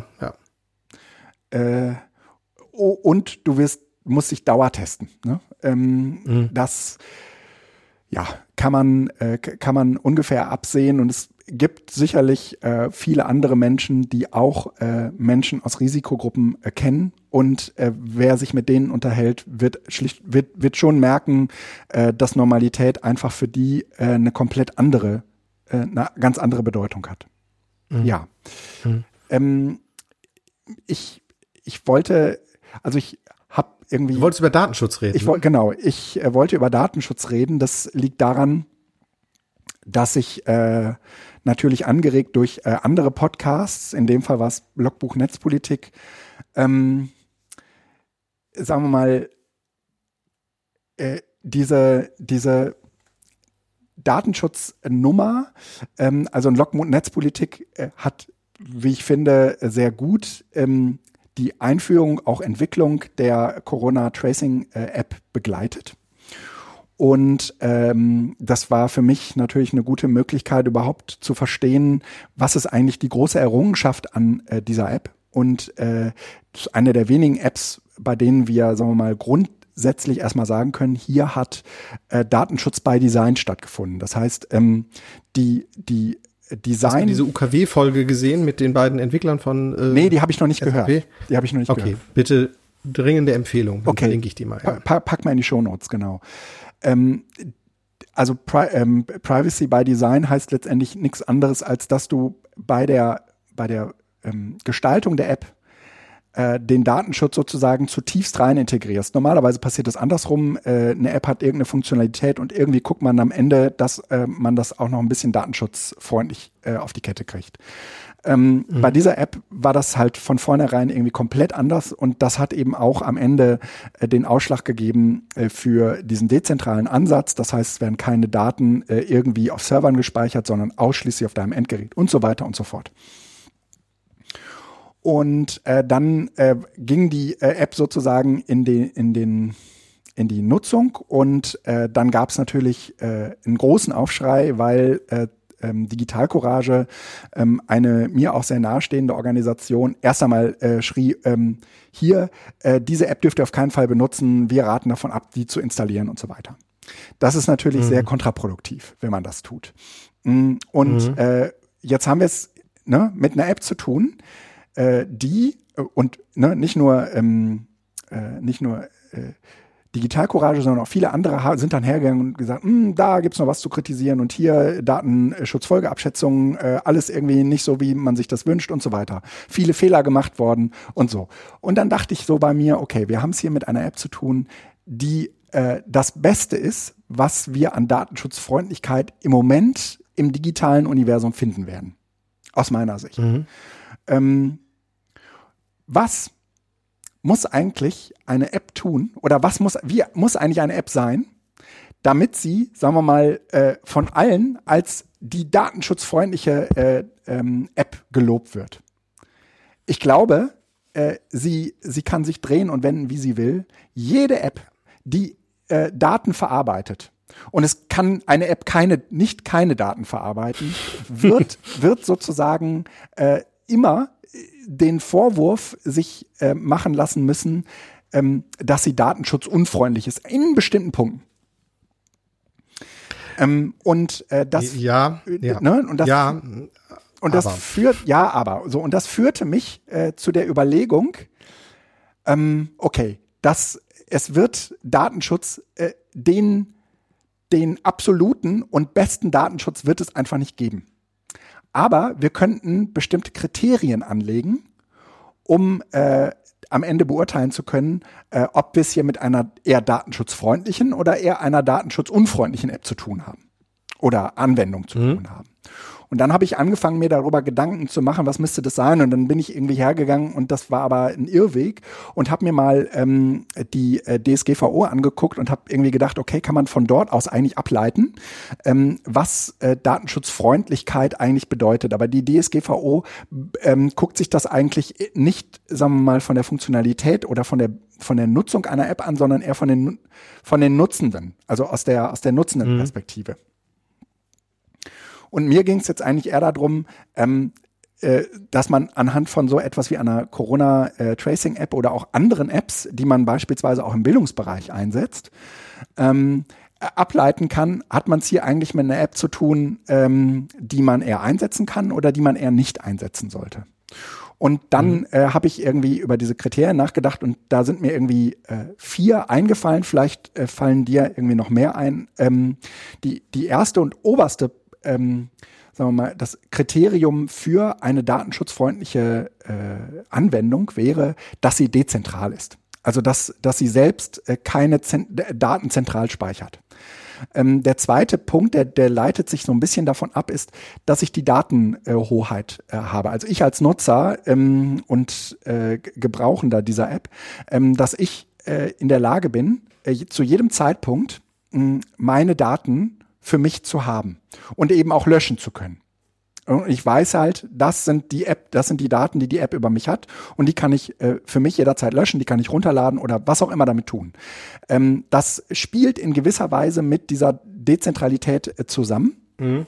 Und du musst dich dauertesten. Ne? Das kann man ungefähr absehen, und es gibt sicherlich viele andere Menschen, die auch Menschen aus Risikogruppen kennen, und wer sich mit denen unterhält, wird schon merken, dass Normalität einfach für die eine komplett andere, eine ganz andere Bedeutung hat. Ja. Ich wollte, also ich habe irgendwie. Du wolltest über Datenschutz reden. Ich wollte über Datenschutz reden. Das liegt daran, dass ich natürlich angeregt durch andere Podcasts, in dem Fall war es Logbuch Netzpolitik, sagen wir mal, diese Datenschutznummer, also ein Logbuch Netzpolitik hat, wie ich finde, sehr gut die Einführung, auch Entwicklung der Corona-Tracing-App begleitet. Und das war für mich natürlich eine gute Möglichkeit, überhaupt zu verstehen, was ist eigentlich die große Errungenschaft an dieser App. Und das ist eine der wenigen Apps, bei denen wir, sagen wir mal, grundsätzlich erstmal sagen können, hier hat Datenschutz by Design stattgefunden. Das heißt, die Design. Hast du diese UKW-Folge gesehen mit den beiden Entwicklern von Nee, die habe ich noch nicht gehört. Die habe ich noch nicht gehört. Okay, bitte dringende Empfehlung. Dann verlinke ich die mal. Ja. Pack mal in die Shownotes, genau. Also Privacy by Design heißt letztendlich nichts anderes, als dass du bei der Gestaltung der App den Datenschutz sozusagen zutiefst rein integrierst. Normalerweise passiert das andersrum. Eine App hat irgendeine Funktionalität und irgendwie guckt man am Ende, dass man das auch noch ein bisschen datenschutzfreundlich auf die Kette kriegt. Bei dieser App war das halt von vornherein irgendwie komplett anders, und das hat eben auch am Ende den Ausschlag gegeben für diesen dezentralen Ansatz. Das heißt, es werden keine Daten irgendwie auf Servern gespeichert, sondern ausschließlich auf deinem Endgerät und so weiter und so fort. Und dann ging die App sozusagen in die Nutzung, und dann gab es natürlich einen großen Aufschrei, weil Digital Courage, eine mir auch sehr nahestehende Organisation, erst einmal schrie, diese App dürft ihr auf keinen Fall benutzen, wir raten davon ab, die zu installieren und so weiter. Das ist natürlich sehr kontraproduktiv, wenn man das tut. Und jetzt haben wir es mit einer App zu tun, die und nicht nur Digital Courage, sondern auch viele andere sind dann hergegangen und gesagt, da gibt's noch was zu kritisieren und hier Datenschutzfolgeabschätzungen, alles irgendwie nicht so, wie man sich das wünscht und so weiter. Viele Fehler gemacht worden und so. Und dann dachte ich so bei mir, okay, wir haben es hier mit einer App zu tun, die das Beste ist, was wir an Datenschutzfreundlichkeit im Moment im digitalen Universum finden werden. Aus meiner Sicht. Was muss eigentlich eine App tun, oder wie muss eigentlich eine App sein, damit sie, sagen wir mal, von allen als die datenschutzfreundliche App gelobt wird? Ich glaube, sie kann sich drehen und wenden, wie sie will. Jede App, die Daten verarbeitet, und es kann eine App nicht keine Daten verarbeiten, wird sozusagen immer den Vorwurf sich machen lassen müssen, dass sie datenschutzunfreundlich ist, in bestimmten Punkten. Das führte mich zu der Überlegung, es wird Datenschutz, den absoluten und besten Datenschutz wird es einfach nicht geben. Aber wir könnten bestimmte Kriterien anlegen, um am Ende beurteilen zu können, ob wir es hier mit einer eher datenschutzfreundlichen oder eher einer datenschutzunfreundlichen App zu tun haben oder Anwendung zu tun haben. Und dann habe ich angefangen, mir darüber Gedanken zu machen, was müsste das sein? Und dann bin ich irgendwie hergegangen und das war aber ein Irrweg und habe mir mal die DSGVO angeguckt und habe irgendwie gedacht, okay, kann man von dort aus eigentlich ableiten, was Datenschutzfreundlichkeit eigentlich bedeutet. Aber die DSGVO guckt sich das eigentlich nicht, sagen wir mal, von der Funktionalität oder von der Nutzung einer App an, sondern eher von den Nutzenden, also aus der nutzenden Perspektive. Und mir ging es jetzt eigentlich eher darum, dass man anhand von so etwas wie einer Corona-Tracing-App oder auch anderen Apps, die man beispielsweise auch im Bildungsbereich einsetzt, ableiten kann, hat man es hier eigentlich mit einer App zu tun, die man eher einsetzen kann oder die man eher nicht einsetzen sollte. Und dann habe ich irgendwie über diese Kriterien nachgedacht und da sind mir irgendwie 4 eingefallen. Vielleicht fallen dir irgendwie noch mehr ein. Die erste und oberste, sagen wir mal, das Kriterium für eine datenschutzfreundliche Anwendung wäre, dass sie dezentral ist. Also dass sie selbst keine Daten zentral speichert. Der zweite Punkt, der leitet sich so ein bisschen davon ab, ist, dass ich die Datenhoheit habe. Also ich als Nutzer und Gebrauchender dieser App, dass ich in der Lage bin, zu jedem Zeitpunkt meine Daten für mich zu haben und eben auch löschen zu können. Und ich weiß halt, das sind die Daten, die App über mich hat und die kann ich für mich jederzeit löschen, die kann ich runterladen oder was auch immer damit tun. Das spielt in gewisser Weise mit dieser Dezentralität zusammen.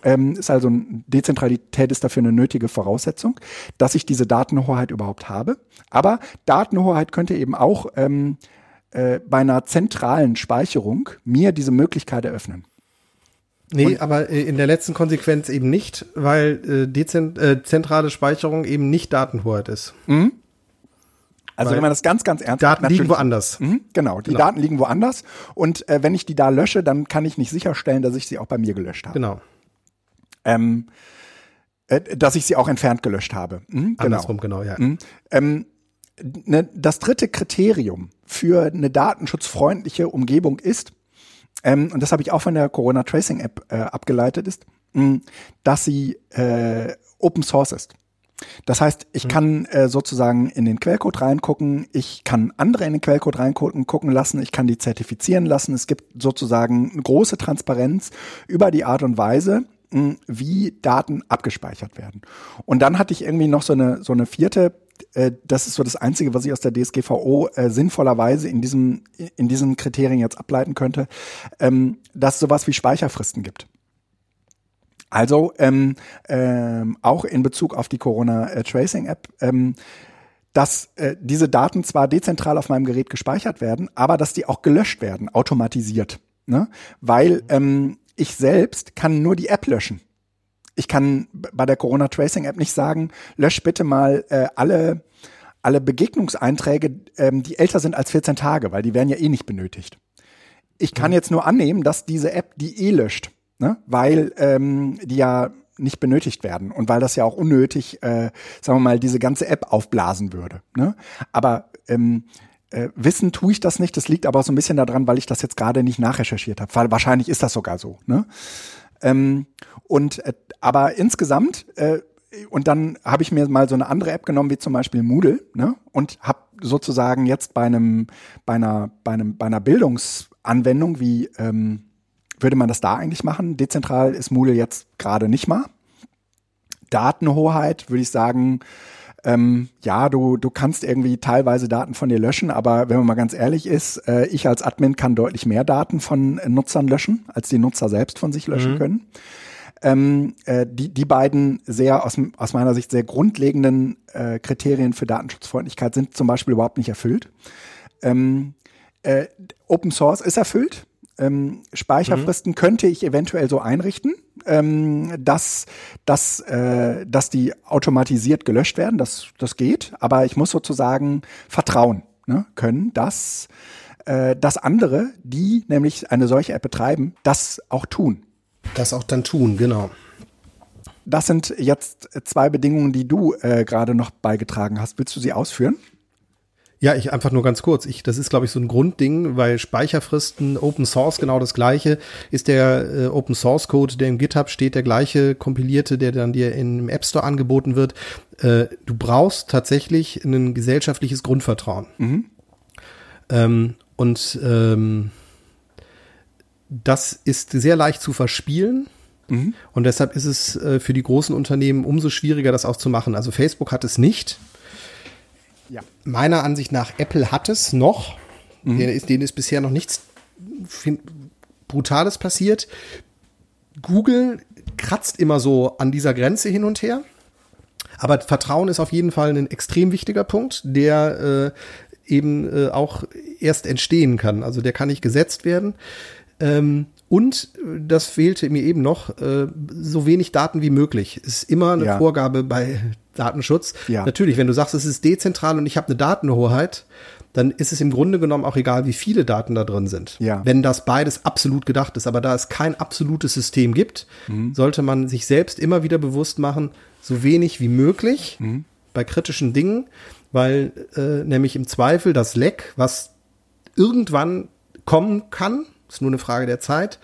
Dezentralität ist dafür eine nötige Voraussetzung, dass ich diese Datenhoheit überhaupt habe. Aber Datenhoheit könnte eben auch bei einer zentralen Speicherung mir diese Möglichkeit eröffnen. Nee, aber in der letzten Konsequenz eben nicht, weil zentrale Speicherung eben nicht Datenhoheit ist. Mhm. Also wenn man das ganz, ganz ernst Daten liegen woanders. Genau, die Daten liegen woanders. Und wenn ich die da lösche, dann kann ich nicht sicherstellen, dass ich sie auch bei mir gelöscht habe. Genau. Dass ich sie auch entfernt gelöscht habe. Andersrum, genau, ja. Das dritte Kriterium für eine datenschutzfreundliche Umgebung ist, und das habe ich auch von der Corona Tracing App abgeleitet, ist, dass sie Open Source ist. Das heißt, ich kann sozusagen in den Quellcode reingucken, ich kann andere in den Quellcode gucken lassen, ich kann die zertifizieren lassen. Es gibt sozusagen eine große Transparenz über die Art und Weise, wie Daten abgespeichert werden. Und dann hatte ich irgendwie noch so eine vierte, das ist so das Einzige, was ich aus der DSGVO sinnvollerweise in diesen Kriterien jetzt ableiten könnte, dass es sowas wie Speicherfristen gibt. Also auch in Bezug auf die Corona-Tracing-App, dass diese Daten zwar dezentral auf meinem Gerät gespeichert werden, aber dass die auch gelöscht werden, automatisiert. Ne? Weil ich selbst kann nur die App löschen. Ich kann bei der Corona-Tracing-App nicht sagen, lösch bitte mal alle Begegnungseinträge, die älter sind als 14 Tage, weil die werden ja eh nicht benötigt. Ich kann jetzt nur annehmen, dass diese App die löscht, ne? Weil die ja nicht benötigt werden und weil das ja auch unnötig, sagen wir mal, diese ganze App aufblasen würde. Ne? Aber wissen tue ich das nicht, das liegt aber so ein bisschen daran, weil ich das jetzt gerade nicht nachrecherchiert habe. Wahrscheinlich ist das sogar so. Ne? Aber insgesamt, und dann habe ich mir mal so eine andere App genommen, wie zum Beispiel Moodle, ne? Und habe sozusagen jetzt bei einer Bildungsanwendung, wie würde man das da eigentlich machen? Dezentral ist Moodle jetzt gerade nicht mal. Datenhoheit würde ich sagen, ja, du kannst irgendwie teilweise Daten von dir löschen, aber wenn man mal ganz ehrlich ist, ich als Admin kann deutlich mehr Daten von Nutzern löschen, als die Nutzer selbst von sich löschen können. Die beiden aus meiner Sicht sehr grundlegenden Kriterien für Datenschutzfreundlichkeit sind zum Beispiel überhaupt nicht erfüllt. Open Source ist erfüllt. Speicherfristen könnte ich eventuell so einrichten, dass die automatisiert gelöscht werden. Das geht, aber ich muss sozusagen vertrauen können, dass andere, die nämlich eine solche App betreiben, das auch tun. Das auch dann tun, genau. Das sind jetzt 2 Bedingungen, die du gerade noch beigetragen hast. Willst du sie ausführen? Ja, ich einfach nur ganz kurz. Das ist, glaube ich, so ein Grundding, weil Speicherfristen, Open Source genau das Gleiche. Ist der Open Source Code, der im GitHub steht, der gleiche kompilierte, der dann dir im App Store angeboten wird. Du brauchst tatsächlich ein gesellschaftliches Grundvertrauen. Das ist sehr leicht zu verspielen. Und deshalb ist es für die großen Unternehmen umso schwieriger, das auch zu machen. Also Facebook hat es nicht. Ja. Meiner Ansicht nach, Apple hat es noch. Denen ist bisher noch nichts Brutales passiert. Google kratzt immer so an dieser Grenze hin und her. Aber Vertrauen ist auf jeden Fall ein extrem wichtiger Punkt, der eben auch erst entstehen kann. Also der kann nicht gesetzt werden. Und das fehlte mir eben noch, so wenig Daten wie möglich. Ist immer eine Vorgabe bei Datenschutz. Ja. Natürlich, wenn du sagst, es ist dezentral und ich habe eine Datenhoheit, dann ist es im Grunde genommen auch egal, wie viele Daten da drin sind. Ja. Wenn das beides absolut gedacht ist. Aber da es kein absolutes System gibt, sollte man sich selbst immer wieder bewusst machen, so wenig wie möglich bei kritischen Dingen, weil nämlich im Zweifel das Leck, was irgendwann kommen kann, ist nur eine Frage der Zeit,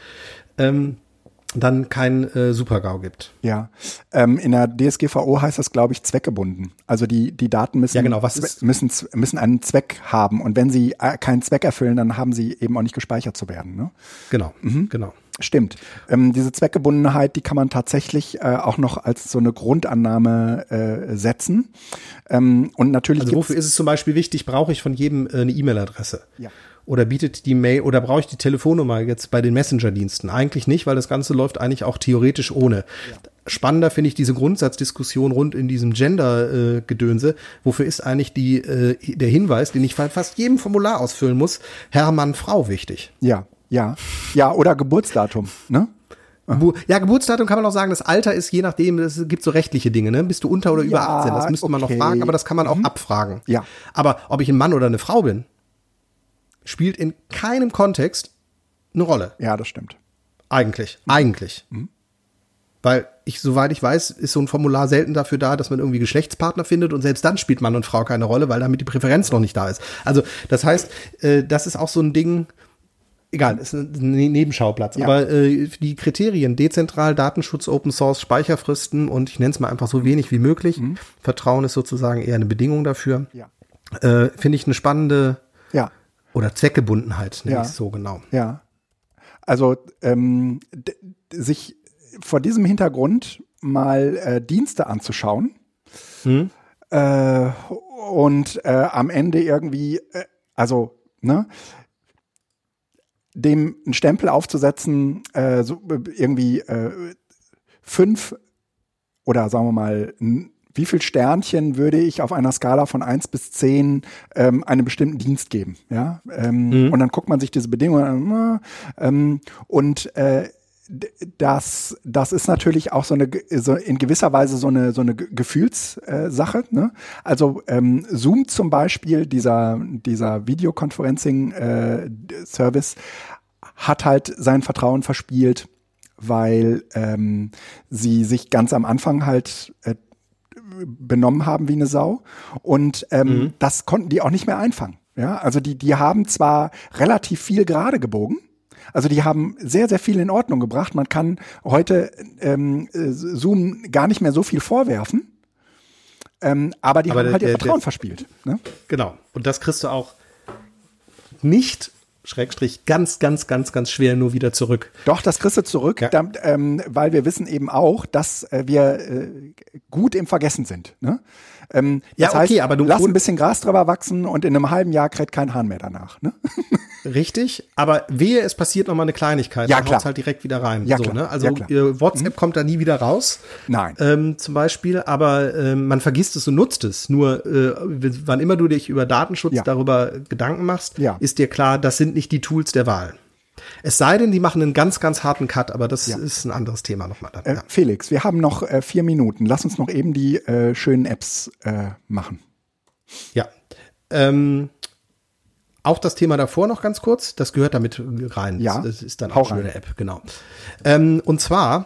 dann kein Super-GAU gibt. Ja, in der DSGVO heißt das, glaube ich, zweckgebunden. Also die Daten müssen einen Zweck haben. Und wenn sie keinen Zweck erfüllen, dann haben sie eben auch nicht gespeichert zu werden. Ne? Genau, genau. Stimmt. Diese Zweckgebundenheit, die kann man tatsächlich auch noch als so eine Grundannahme setzen. Und natürlich also wofür ist es zum Beispiel wichtig, brauche ich von jedem eine E-Mail-Adresse? Ja. Oder bietet die Mail, oder brauche ich die Telefonnummer jetzt bei den Messenger-Diensten? Eigentlich nicht, weil das Ganze läuft eigentlich auch theoretisch ohne. Ja. Spannender finde ich diese Grundsatzdiskussion rund in diesem Gender-Gedönse. Wofür ist eigentlich der Hinweis, den ich bei fast jedem Formular ausfüllen muss, Herr, Mann, Frau wichtig? Ja, oder Geburtsdatum, ne? Ja, Geburtsdatum kann man auch sagen, das Alter ist je nachdem, es gibt so rechtliche Dinge, ne? Bist du unter oder über 18? Das müsste man noch fragen, aber das kann man auch abfragen. Ja. Aber ob ich ein Mann oder eine Frau bin, spielt in keinem Kontext eine Rolle. Ja, das stimmt. Eigentlich. Weil soweit ich weiß, ist so ein Formular selten dafür da, dass man irgendwie Geschlechtspartner findet und selbst dann spielt Mann und Frau keine Rolle, weil damit die Präferenz noch nicht da ist. Also das heißt, das ist auch so ein Ding, egal, ist ein Nebenschauplatz. Ja. Aber die Kriterien, dezentral, Datenschutz, Open Source, Speicherfristen und ich nenne es mal einfach so wenig wie möglich, Vertrauen ist sozusagen eher eine Bedingung dafür, finde ich eine spannende oder Zweckgebundenheit, nenne ich es so genau. Ja, also sich vor diesem Hintergrund mal Dienste anzuschauen und am Ende irgendwie, dem einen Stempel aufzusetzen, so irgendwie 5 oder sagen wir mal, wie viel Sternchen würde ich auf einer Skala von 1 bis 10 einem bestimmten Dienst geben? Ja? Und dann guckt man sich diese Bedingungen an und das ist natürlich auch so in gewisser Weise so eine Gefühlssache. Ne? Also Zoom zum Beispiel, dieser Videoconferencing-Service, hat halt sein Vertrauen verspielt, weil sie sich ganz am Anfang halt benommen haben wie eine Sau und das konnten die auch nicht mehr einfangen. Ja? Also die haben zwar relativ viel gerade gebogen, also die haben sehr, sehr viel in Ordnung gebracht. Man kann heute Zoom gar nicht mehr so viel vorwerfen, aber die haben halt ihr Vertrauen verspielt. Ne? Genau. Und das kriegst du auch nicht, Schrägstrich, ganz, ganz, ganz, ganz schwer nur wieder zurück. Doch, das kriegst du zurück, weil wir wissen eben auch, dass wir gut im Vergessen sind. Ne? Das heißt, aber du lass ein bisschen Gras drüber wachsen und in einem halben Jahr kräht kein Hahn mehr danach. Ne? Richtig, aber wehe, es passiert noch mal eine Kleinigkeit, dann haut's halt direkt wieder rein. Ja, so, klar. Ne? Also WhatsApp kommt da nie wieder raus. Nein. Zum Beispiel, aber man vergisst es und nutzt es. Nur wann immer du dich über Datenschutz darüber Gedanken machst, ist dir klar, das sind nicht die Tools der Wahl. Es sei denn, die machen einen ganz, ganz harten Cut, aber das ist ein anderes Thema nochmal. Felix, wir haben noch 4 Minuten. Lass uns noch eben die schönen Apps machen. Ja. Auch das Thema davor noch ganz kurz, das gehört damit rein. Ja. Das ist dann auch eine schöne App, genau. Und zwar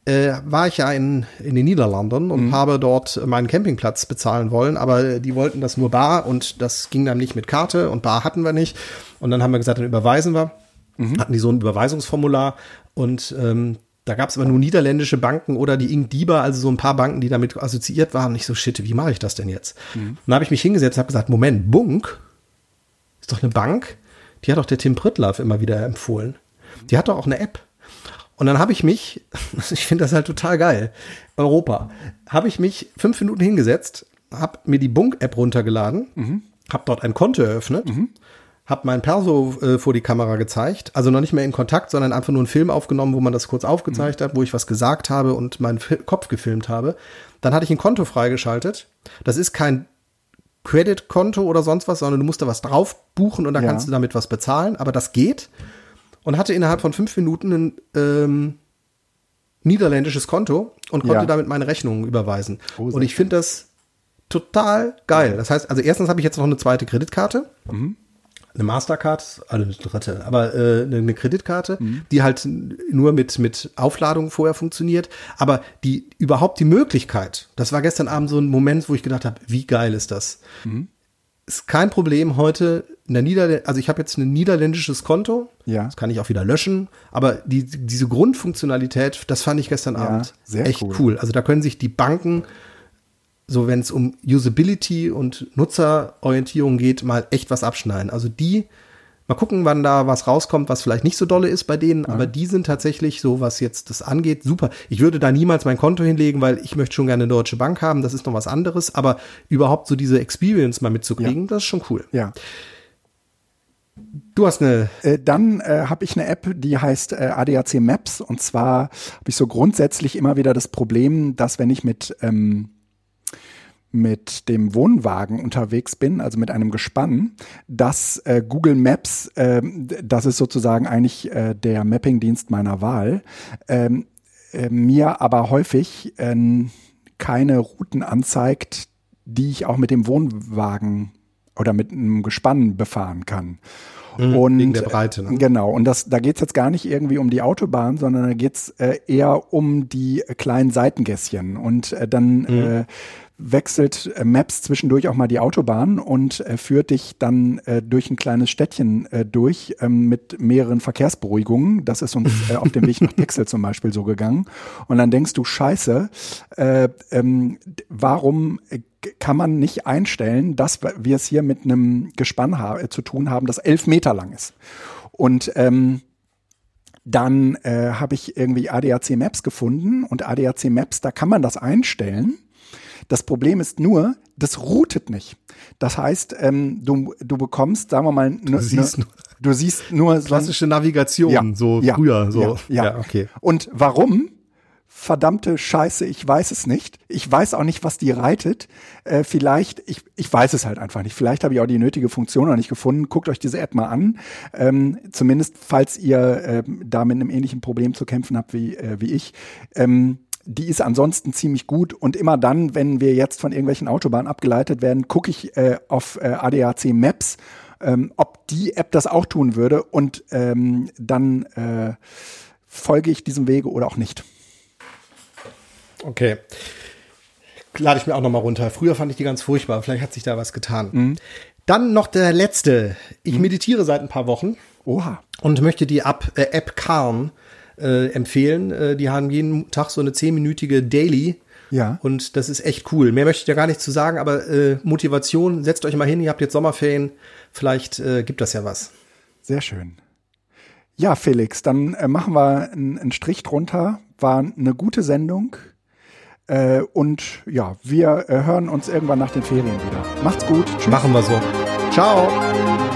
war ich ja in den Niederlanden und habe dort meinen Campingplatz bezahlen wollen, aber die wollten das nur bar und das ging dann nicht mit Karte und bar hatten wir nicht. Und dann haben wir gesagt, dann überweisen wir. Hatten die so ein Überweisungsformular und da gab es aber nur niederländische Banken oder die Ing-Diba, also so ein paar Banken, die damit assoziiert waren. Und ich so, shit, wie mache ich das denn jetzt? Dann habe ich mich hingesetzt und habe gesagt, Moment, Bunk ist doch eine Bank, die hat doch der Tim Pritlove immer wieder empfohlen. Die hat doch auch eine App. Und dann habe ich mich, ich finde das halt total geil, Europa, habe ich mich 5 Minuten hingesetzt, habe mir die Bunk-App runtergeladen, habe dort ein Konto eröffnet, habe mein Perso vor die Kamera gezeigt, also noch nicht mehr in Kontakt, sondern einfach nur einen Film aufgenommen, wo man das kurz aufgezeigt hat, wo ich was gesagt habe und meinen Kopf gefilmt habe. Dann hatte ich ein Konto freigeschaltet. Das ist kein Credit-Konto oder sonst was, sondern du musst da was drauf buchen und dann kannst du damit was bezahlen, aber das geht. Und hatte innerhalb von 5 Minuten ein niederländisches Konto und konnte damit meine Rechnungen überweisen. Und ich finde das total geil. Das heißt, also erstens habe ich jetzt noch eine zweite Kreditkarte. Eine Mastercard, also eine dritte, aber eine Kreditkarte, die halt nur mit Aufladung vorher funktioniert. Aber die überhaupt die Möglichkeit, das war gestern Abend so ein Moment, wo ich gedacht habe, wie geil ist das? Ist kein Problem heute in der also ich habe jetzt ein niederländisches Konto, das kann ich auch wieder löschen, aber diese Grundfunktionalität, das fand ich gestern Abend echt cool. Also da können sich die Banken, so wenn es um Usability und Nutzerorientierung geht, mal echt was abschneiden. Also mal gucken, wann da was rauskommt, was vielleicht nicht so dolle ist bei denen, aber die sind tatsächlich so, was jetzt das angeht, super. Ich würde da niemals mein Konto hinlegen, weil ich möchte schon gerne eine Deutsche Bank haben, das ist noch was anderes, aber überhaupt so diese Experience mal mitzukriegen, das ist schon cool. Ja. Du hast eine... Dann habe ich eine App, die heißt ADAC Maps, und zwar habe ich so grundsätzlich immer wieder das Problem, dass wenn ich mit dem Wohnwagen unterwegs bin, also mit einem Gespann, dass Google Maps, das ist sozusagen eigentlich der Mapping-Dienst meiner Wahl, mir aber häufig keine Routen anzeigt, die ich auch mit dem Wohnwagen oder mit einem Gespann befahren kann. Und wegen der Breite, ne? Genau, und da geht's jetzt gar nicht irgendwie um die Autobahn, sondern da geht's eher um die kleinen Seitengässchen. Und dann wechselt Maps zwischendurch auch mal die Autobahn und führt dich dann durch ein kleines Städtchen durch mit mehreren Verkehrsberuhigungen. Das ist uns auf dem Weg nach Texel zum Beispiel so gegangen. Und dann denkst du, Scheiße, warum kann man nicht einstellen, dass wir es hier mit einem Gespann zu tun haben, das 11 Meter lang ist. Und dann habe ich irgendwie ADAC Maps gefunden, und ADAC Maps, da kann man das einstellen. Das Problem ist nur, das routet nicht. Das heißt, du bekommst, sagen wir mal, du siehst nur klassische Navigation, früher. Ja, okay. Und warum? Verdammte Scheiße, ich weiß es nicht. Ich weiß auch nicht, was die reitet. Vielleicht, ich weiß es halt einfach nicht. Vielleicht habe ich auch die nötige Funktion noch nicht gefunden. Guckt euch diese App mal an. Zumindest, falls ihr da mit einem ähnlichen Problem zu kämpfen habt wie ich. Die ist ansonsten ziemlich gut, und immer dann, wenn wir jetzt von irgendwelchen Autobahnen abgeleitet werden, gucke ich auf ADAC Maps, ob die App das auch tun würde, und dann folge ich diesem Wege oder auch nicht. Okay. Lade ich mir auch noch mal runter. Früher fand ich die ganz furchtbar. Vielleicht hat sich da was getan. Dann noch der letzte. Ich meditiere seit ein paar Wochen. Oha. Und möchte die App Calm empfehlen. Die haben jeden Tag so eine 10-minütige Daily. Ja. Und das ist echt cool. Mehr möchte ich ja gar nicht zu sagen, aber Motivation, setzt euch mal hin, ihr habt jetzt Sommerferien. Vielleicht gibt das ja was. Sehr schön. Ja, Felix, dann machen wir einen Strich drunter. War eine gute Sendung. Und ja, wir hören uns irgendwann nach den Ferien wieder. Macht's gut. Tschüss. Machen wir so. Ciao.